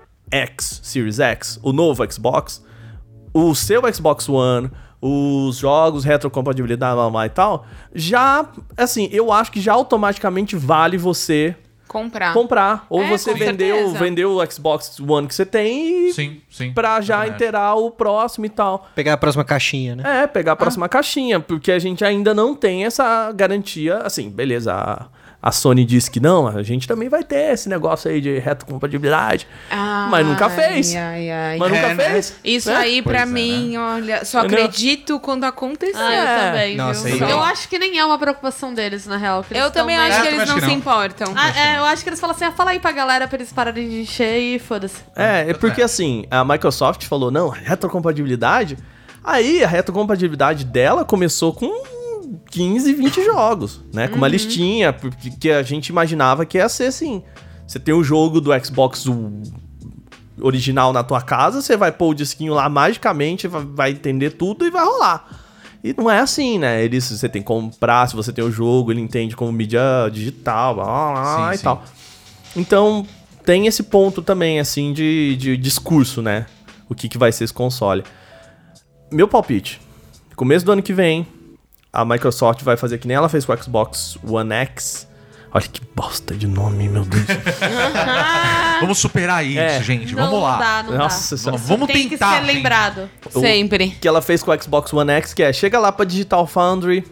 X, Series X, o novo Xbox, o seu Xbox One, os jogos, retrocompatibilidade, blá, blá, blá, e tal, já, assim, eu acho que já automaticamente vale você Comprar. comprar. Ou É, você com vendeu, certeza. vendeu o Xbox One que você tem e Sim, sim. pra já Também acho. inteirar o próximo e tal. Pegar a próxima caixinha, né? É, pegar a próxima caixinha, porque a gente ainda não tem essa garantia. Assim, beleza, a, a Sony disse que não, a gente também vai ter esse negócio aí de retrocompatibilidade. Ai, Mas nunca fez. Ai, ai. Mas nunca É, né? fez. Isso né? aí, pra Pois é, mim, olha, só Entendeu? acredito quando acontecer. Ah, eu É. também, Nossa, viu? aí- Eu acho que nem é uma preocupação deles, na real. que eles Eu também tão acho meio- que É, eu eles também não acho se que não. importam. Ah, é, eu acho que eles falam assim, ah, fala aí pra galera pra eles pararem de encher e foda-se. É, é porque assim, a Microsoft falou, não, retrocompatibilidade. Aí a retrocompatibilidade dela começou com quinze, vinte jogos, né? Com uma listinha, porque que a gente imaginava que ia ser assim. Você tem o jogo do Xbox o- original na tua casa, você vai pôr o disquinho lá magicamente, vai, vai entender tudo e vai rolar. E não é assim, né? Eles, você tem que comprar, se você tem o jogo, ele entende como mídia digital, blá, blá, blá, Sim, e sim. tal. Então, tem esse ponto também, assim, de, de discurso, né? O que, que vai ser esse console. Meu palpite. Começo do ano que vem, a Microsoft vai fazer que nem ela fez com o Xbox One X. Olha que bosta de nome, meu Deus. Vamos superar isso, É. gente. Não, Vamos lá. Não dá, não Nossa dá. senhora. Vamos Tem tentar, que ser gente. lembrado. Sempre. que ela fez com o Xbox One X, que é, chega lá pra Digital Foundry,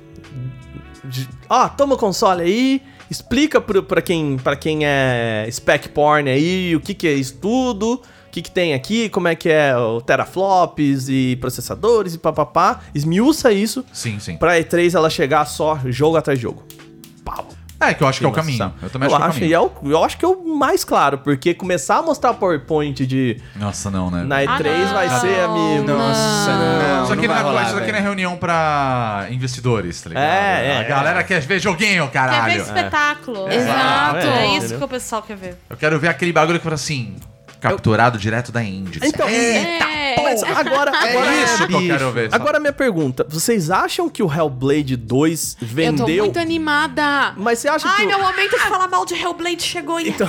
di- ó, toma o console aí, explica pro, pra, quem, pra quem é spec porn aí, o que que é isso tudo, o que que tem aqui, como é que é o teraflops e processadores e papapá, esmiuça isso, Sim, sim. pra E três ela chegar só jogo atrás de jogo. Pau. É, que eu acho que é o Nossa. caminho. Eu também Eu acho, acho, que é e o é caminho. o, eu acho que é o mais claro, porque começar a mostrar PowerPoint de Nossa, não, né? na E três Ah, vai não. ser, amigo. Nossa, não. Isso aqui não, vai é rolar, isso aqui velho. não é reunião pra investidores, tá ligado? É, é, A galera é. quer ver joguinho, Quer caralho. ver espetáculo. Exato. É, É, isso entendeu? que o pessoal quer ver. Eu quero ver aquele bagulho que fala assim, capturado direto da Índia. Então, É. mas agora, agora É isso que eu bicho. quero ver. sabe? Agora minha pergunta, vocês acham que o Hellblade dois Eu tô vendeu? muito animada. Mas você acha Ai, que meu o... momento de falar mal de Hellblade chegou em...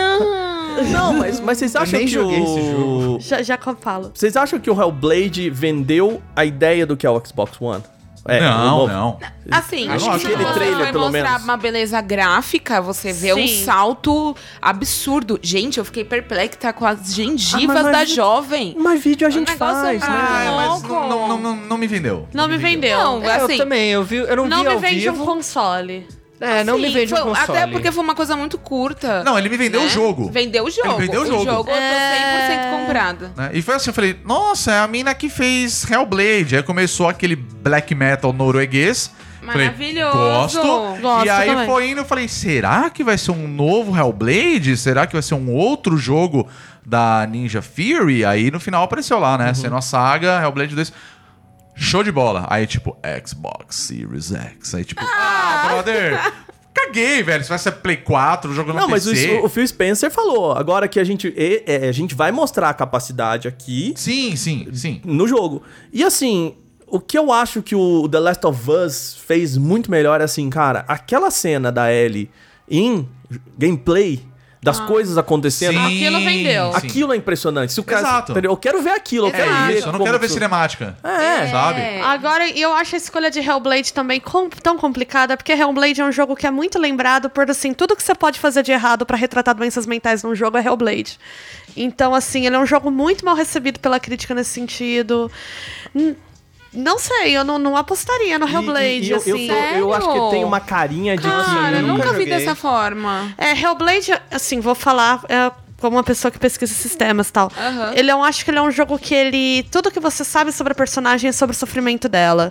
Não, mas, mas vocês acham nem que joguei esse o Já, já que eu falo. Vocês acham que o Hellblade vendeu a ideia do que é o Xbox One? É, o não, novo. não. Assim, Eu acho não que acho se que você trailer, for pelo mostrar menos. uma beleza gráfica, você vê um Sim. salto absurdo. Gente, eu fiquei perplexa com as gengivas Ah, mas- da mas- jovem. Mas vídeo a O gente negócio faz, é- né? Ah, mas louco. não, não, não, não me vendeu. Não me vendeu. Não, É, assim, eu também, eu, vi, eu não, Não vi me ao vende vivo. um console. É, não me Sim, vende um foi- console. Até porque foi uma coisa muito curta. Não, ele me vendeu né? o jogo. Vendeu o jogo. Ele vendeu o jogo. O jogo eu tô É. cem por cento comprada. Né? E foi assim, eu falei, nossa, é a mina que fez Hellblade. Aí começou aquele black metal norueguês. Falei, Maravilhoso. gosto. Gosto E aí também. foi indo, eu falei, será que vai ser um novo Hellblade? Será que vai ser um outro jogo da Ninja Theory? Aí no final apareceu lá, né? Sendo a saga, Hellblade dois. show de bola. Aí, tipo, Xbox Series X. Aí, tipo, ah, brother, caguei, velho. Se vai ser Play quatro, jogo no Não, mas P C. o, o Phil Spencer falou. Agora que a gente, é, é, a gente vai mostrar a capacidade aqui Sim, sim, sim. no jogo. E assim, o que eu acho que o The Last of Us fez muito melhor é assim, cara, aquela cena da Ellie em gameplay, das coisas acontecendo. Sim, Aquilo vendeu. sim. Aquilo é impressionante. Se o cara, Exato. Eu quero ver aquilo. Eu quero É ver isso, eu não como quero ver isso- cinemática. É. Sabe? Agora, eu acho a escolha de Hellblade também com- tão complicada, porque Hellblade é um jogo que é muito lembrado por, assim, tudo que você pode fazer de errado pra retratar doenças mentais num jogo é Hellblade. Então, assim, ele é um jogo muito mal recebido pela crítica nesse sentido. N- Não sei, eu não, não apostaria no E- Hellblade, e, e eu, assim. eu, tô- eu acho que tem uma carinha de Cara, que... eu nunca vi joguei. dessa forma. É, Hellblade, assim, vou falar é, como uma pessoa que pesquisa sistemas e tal. Aham. Ele, eu acho que ele é um jogo que ele... Tudo que você sabe sobre a personagem é sobre o sofrimento dela.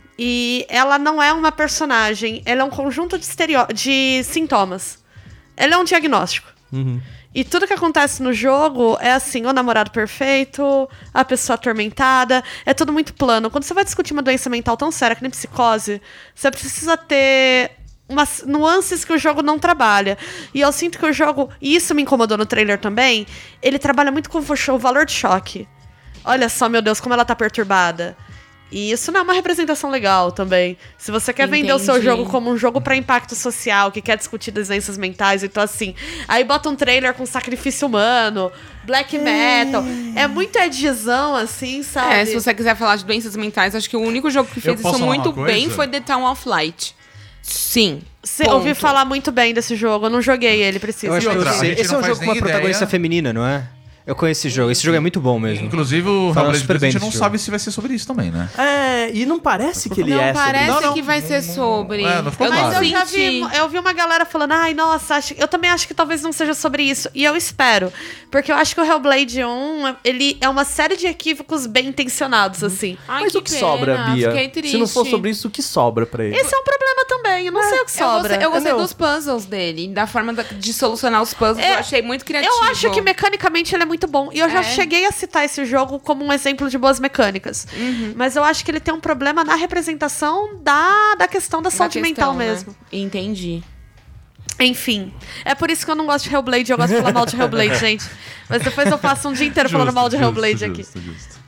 E ela não é uma personagem, ela é um conjunto de, estereó de sintomas. Ela é um diagnóstico. E tudo que acontece no jogo é assim, o namorado perfeito, a pessoa atormentada, é tudo muito plano. Quando você vai discutir uma doença mental tão séria que nem psicose, você precisa ter umas nuances que o jogo não trabalha. E eu sinto que o jogo, e isso me incomodou no trailer também, ele trabalha muito com o valor de choque. Olha só, meu Deus, como ela tá perturbada. E isso não é uma representação legal também. Se você quer vender o seu Entendi. jogo como um jogo pra impacto social, que quer discutir doenças mentais, então assim, aí bota um trailer com sacrifício humano, black metal, é muito edgizão, assim, sabe? É, se você quiser falar de doenças mentais, acho que o único jogo que fez posso isso falar muito uma coisa? bem foi The Town of Light. Sim. Você ponto. ouvi falar muito bem desse jogo, eu não joguei ele, preciso. Eu acho que eu outra, a sei. gente Esse é não um faz jogo com uma nem protagonista ideia. feminina, não é? Eu conheço esse jogo. Esse jogo é muito bom mesmo. Inclusive, o Fala Hellblade super dois, bem a gente não desse sabe se vai ser sobre isso também, né? É, e não parece que ele Não é sobre parece Não, não, que vai ser sobre. é, não ficou eu claro. Mas eu já senti. vi, eu vi uma galera falando, ai, nossa, acho, eu também acho que talvez não seja sobre isso. E eu espero. Porque eu acho que o Hellblade um, ele é uma série de equívocos bem intencionados, assim. Ai, Mas o que pena, sobra, Bia? Fiquei triste. Se não for sobre isso, o que sobra pra ele? Esse é um problema também, eu não sei o que Eu sobra. gostei, eu gostei Entendeu? dos puzzles dele, da forma da- de solucionar os puzzles, É, eu achei muito criativo. Eu acho que mecanicamente ele é muito bom. E eu já É. cheguei a citar esse jogo como um exemplo de boas mecânicas. Uhum. Mas eu acho que ele tem um problema na representação da, da questão da Da saúde questão, mental né? mesmo. Entendi. Enfim, é por isso que eu não gosto de Hellblade. Eu gosto de falar mal de Hellblade, gente. Mas depois eu passo um dia inteiro falando mal de Hellblade aqui. Justo, justo.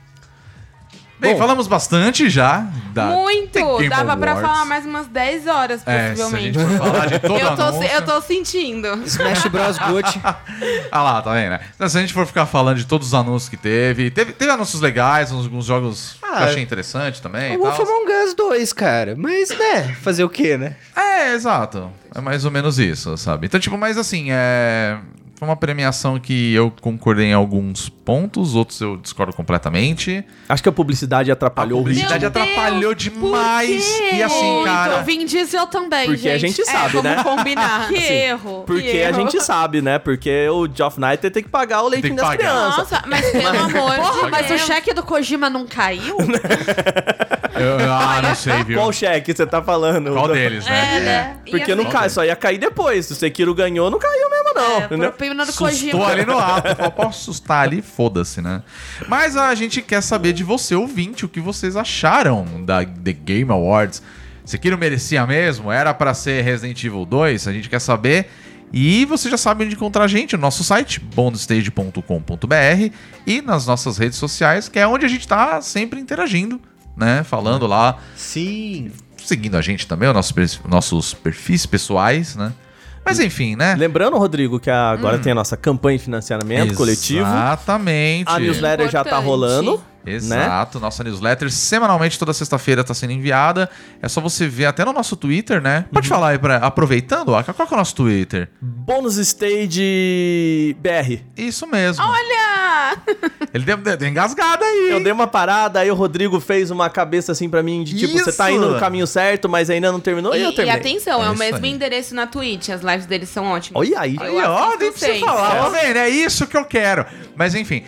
Bem, falamos bastante já da Muito! The Game Dava pra Awards. falar mais umas dez horas, É, se a possivelmente. gente for falar de todo eu, tô, anúncio... eu tô sentindo. Smash Bros. Gucci. Ah lá, tá vendo, né? Então, se a gente for ficar falando de todos os anúncios que teve, teve, teve anúncios legais, uns- alguns jogos que eu Ah, achei interessante também e O Wolf tal. Among Us dois, cara. Mas, né, fazer o quê, né? É, exato. É mais ou menos isso, sabe? Então, tipo, mas assim, é... Foi uma premiação que eu concordei em alguns pontos, outros eu discordo completamente. Acho que a publicidade A atrapalhou o ritmo. publicidade Meu atrapalhou Deus, demais. por quê? E assim, Muito. cara... O Vin Diesel também, Porque a gente sabe, Vamos né? combinar. Que Assim, erro. Porque Que a erro. gente sabe, né? Porque o Geoff Knight tem que pagar o leitinho que das pagar. crianças. Nossa, mas pelo amor Porra, de mas o Deus. cheque do Kojima não caiu? Eu, ah, não sei, viu? Qual cheque você tá falando? Qual deles, né? É, né? Porque E não assim- cai, só ia cair depois. Se o Sekiro ganhou, não caiu mesmo, não. É, entendeu? propina do Sustou Kojima. ali no ato. Falou, posso assustar ali? Foda-se, né? Mas a gente quer saber de você, ouvinte, o que vocês acharam da The Game Awards. Sekiro merecia mesmo? Era pra ser Resident Evil dois? A gente quer saber. E você já sabe onde encontrar a gente, no nosso site, bonustage ponto com ponto b r, e nas nossas redes sociais, que é onde a gente tá sempre interagindo, né? Falando lá, Sim. seguindo a gente também, os nossos, perfis- nossos perfis pessoais, né? Mas enfim, né? Lembrando, Rodrigo, que a- agora tem a nossa campanha de financiamento coletivo. Exatamente. A newsletter já tá Importante. rolando. Exato, nossa newsletter semanalmente, toda sexta-feira tá sendo enviada. É só você ver até no nosso Twitter, né? Pode falar aí, pra, aproveitando, Aka, qual que é o nosso Twitter? Bônus Stage B R. Isso mesmo. Olha! Ele deu, deu engasgada aí. Eu dei uma parada, aí o Rodrigo fez uma cabeça assim pra mim, de tipo, Isso! você tá indo no caminho certo, mas ainda não terminou, e, E, eu e terminei. atenção, é, É o isso mesmo aí. endereço na Twitch. As lives deles são ótimas. Olha aí. Aí, Eu ó, assisto nem precisa seis. falar, É. tá vendo? É isso que eu quero. Mas enfim.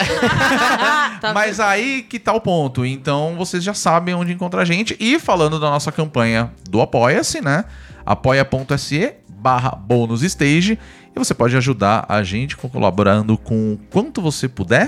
Mas aí que tá o ponto. Então vocês já sabem onde encontrar a gente. E falando da nossa campanha do Apoia-se, né? apoia.se barra bonusstage. E você pode ajudar a gente colaborando com o quanto você puder.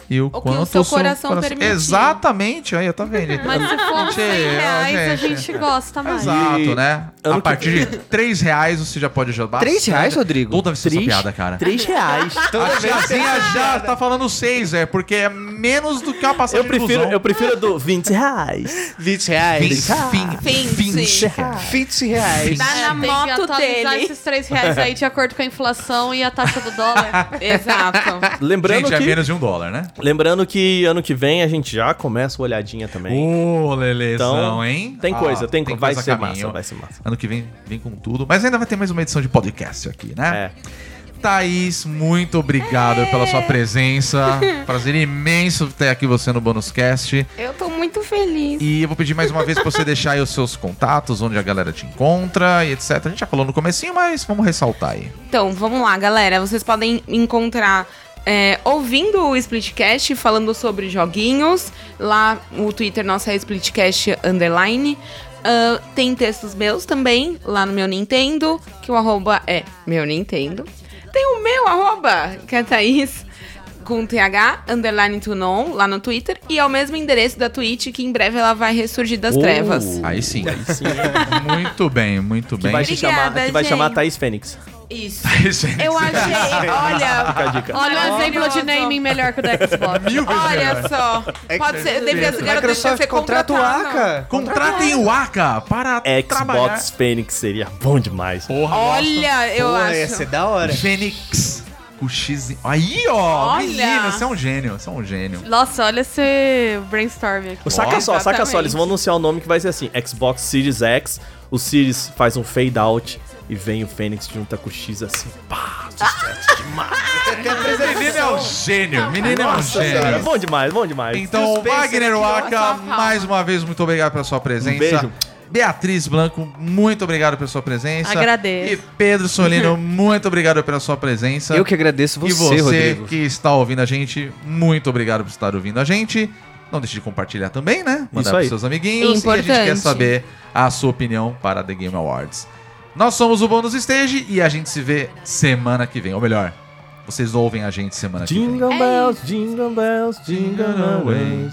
E o, O que quanto o seu coração permitir. Exatamente, aí, tá vendo? Mas se for cem reais, a gente gosta mais. Exato, E né? ano A que- partir de três reais você já pode jogar. Três reais, Rodrigo? Toda vez que essa Três, piada, cara. três reais. A tiazinha já tá falando seis, é, porque é menos do que uma passagem Eu prefiro, de busão. eu prefiro do vinte reais. vinte reais. Vinte, Vinte. vinte reais. Tá na É, tem que moto atualizar dele. esses três reais aí de acordo com a inflação e a taxa do dólar. Exato. Lembrando Gente, é que, menos de um dólar, né? lembrando que ano que vem a gente já começa a olhadinha também. Ô, Lelezão, Então, hein? tem coisa, Ó, tem, co- vai coisa a ser caminho. massa, vai ser massa. Ano que vem, vem com tudo. Mas ainda vai ter mais uma edição de podcast aqui, né? É. Thaís, muito obrigado pela sua presença. Prazer imenso ter aqui você no Bônus Cast. Eu tô muito feliz. E eu vou pedir mais uma vez pra você deixar aí os seus contatos, onde a galera te encontra e etcétera. A gente já falou no comecinho, mas vamos ressaltar aí. Então, vamos lá, galera. Vocês podem me encontrar é, ouvindo o Splitcast, falando sobre joguinhos. Lá, o Twitter nosso é Splitcast Underline. Ah, tem textos meus também, lá no meu Nintendo, que o arroba é meu Nintendo. Tem o meu arroba, que é Thaís, com th, underline to know, lá no Twitter. E é o mesmo endereço da Twitch, que em breve ela vai ressurgir das Oh. trevas. Aí sim. Aí sim. Muito bem, muito Que bem. vai, se Obrigada, chamar, que vai gente. chamar Thaís Fênix. Isso. Thaís Fênix. Eu achei, Fica a olha... dica. Olha o exemplo de Maravilhoso. naming melhor que o da Xbox. Mil vezes Olha melhor. só. Pode ser, deveria ser garoto deixa Microsoft ser contrata o contratado. Aka. Contratem o Aka para trabalhar. Xbox Fênix seria bom demais. Porra, Olha, eu Pô, acho. ia ser da hora. Fênix. Com X. Aí, ó. Olha. Menina, você é um gênio. Você é um gênio. Nossa, olha esse brainstorming aqui. O saca Ó, só, saca só, exatamente. eles vão anunciar o nome que vai ser assim, Xbox Series X, o Series faz um fade out e vem o Fênix junta com o X assim, pá, sucesso demais. Menino é um gênio. Menino é um Nossa senhora, gênio. bom demais, bom demais. Então, Suspense Wagner aqui, ó, Waka, só palma. mais uma vez, muito obrigado pela sua presença. Um beijo. Beatriz Blanco, muito obrigado pela sua presença. Agradeço. E Pedro Solino, muito obrigado pela sua presença. Eu que agradeço você, E você Rodrigo. que está ouvindo a gente, muito obrigado por estar ouvindo a gente. Não deixe de compartilhar também, né? Mandar Isso para aí. seus amiguinhos. E a gente quer Importante. saber a sua opinião para The Game Awards. Nós somos o Bônus Stage e a gente se vê semana que vem. Ou melhor, vocês ouvem a gente semana que vem. Jingle bells, jingle bells, jingle away.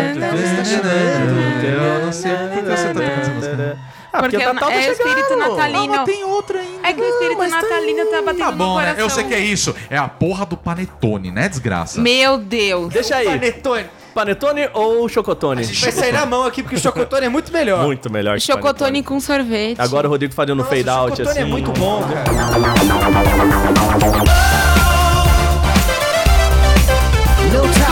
Eu não sei por que você tá tocando essa música. Ah, porque, Porque o Natal tá é o chegando. espírito natalino. Ah, mas tem outra ainda. É que o espírito mas tem- natalino tá batendo Tá no bom, né? coração. Eu sei que é isso. É a porra do panetone, né, desgraça? Meu Deus. Deixa aí, Panetone. panetone ou chocotone? A gente vai sair na mão aqui porque o chocotone é muito melhor. Muito melhor que Chocotone com sorvete. Agora o Rodrigo fazendo Nossa, fade o out chocotone assim. é muito bom, cara. No time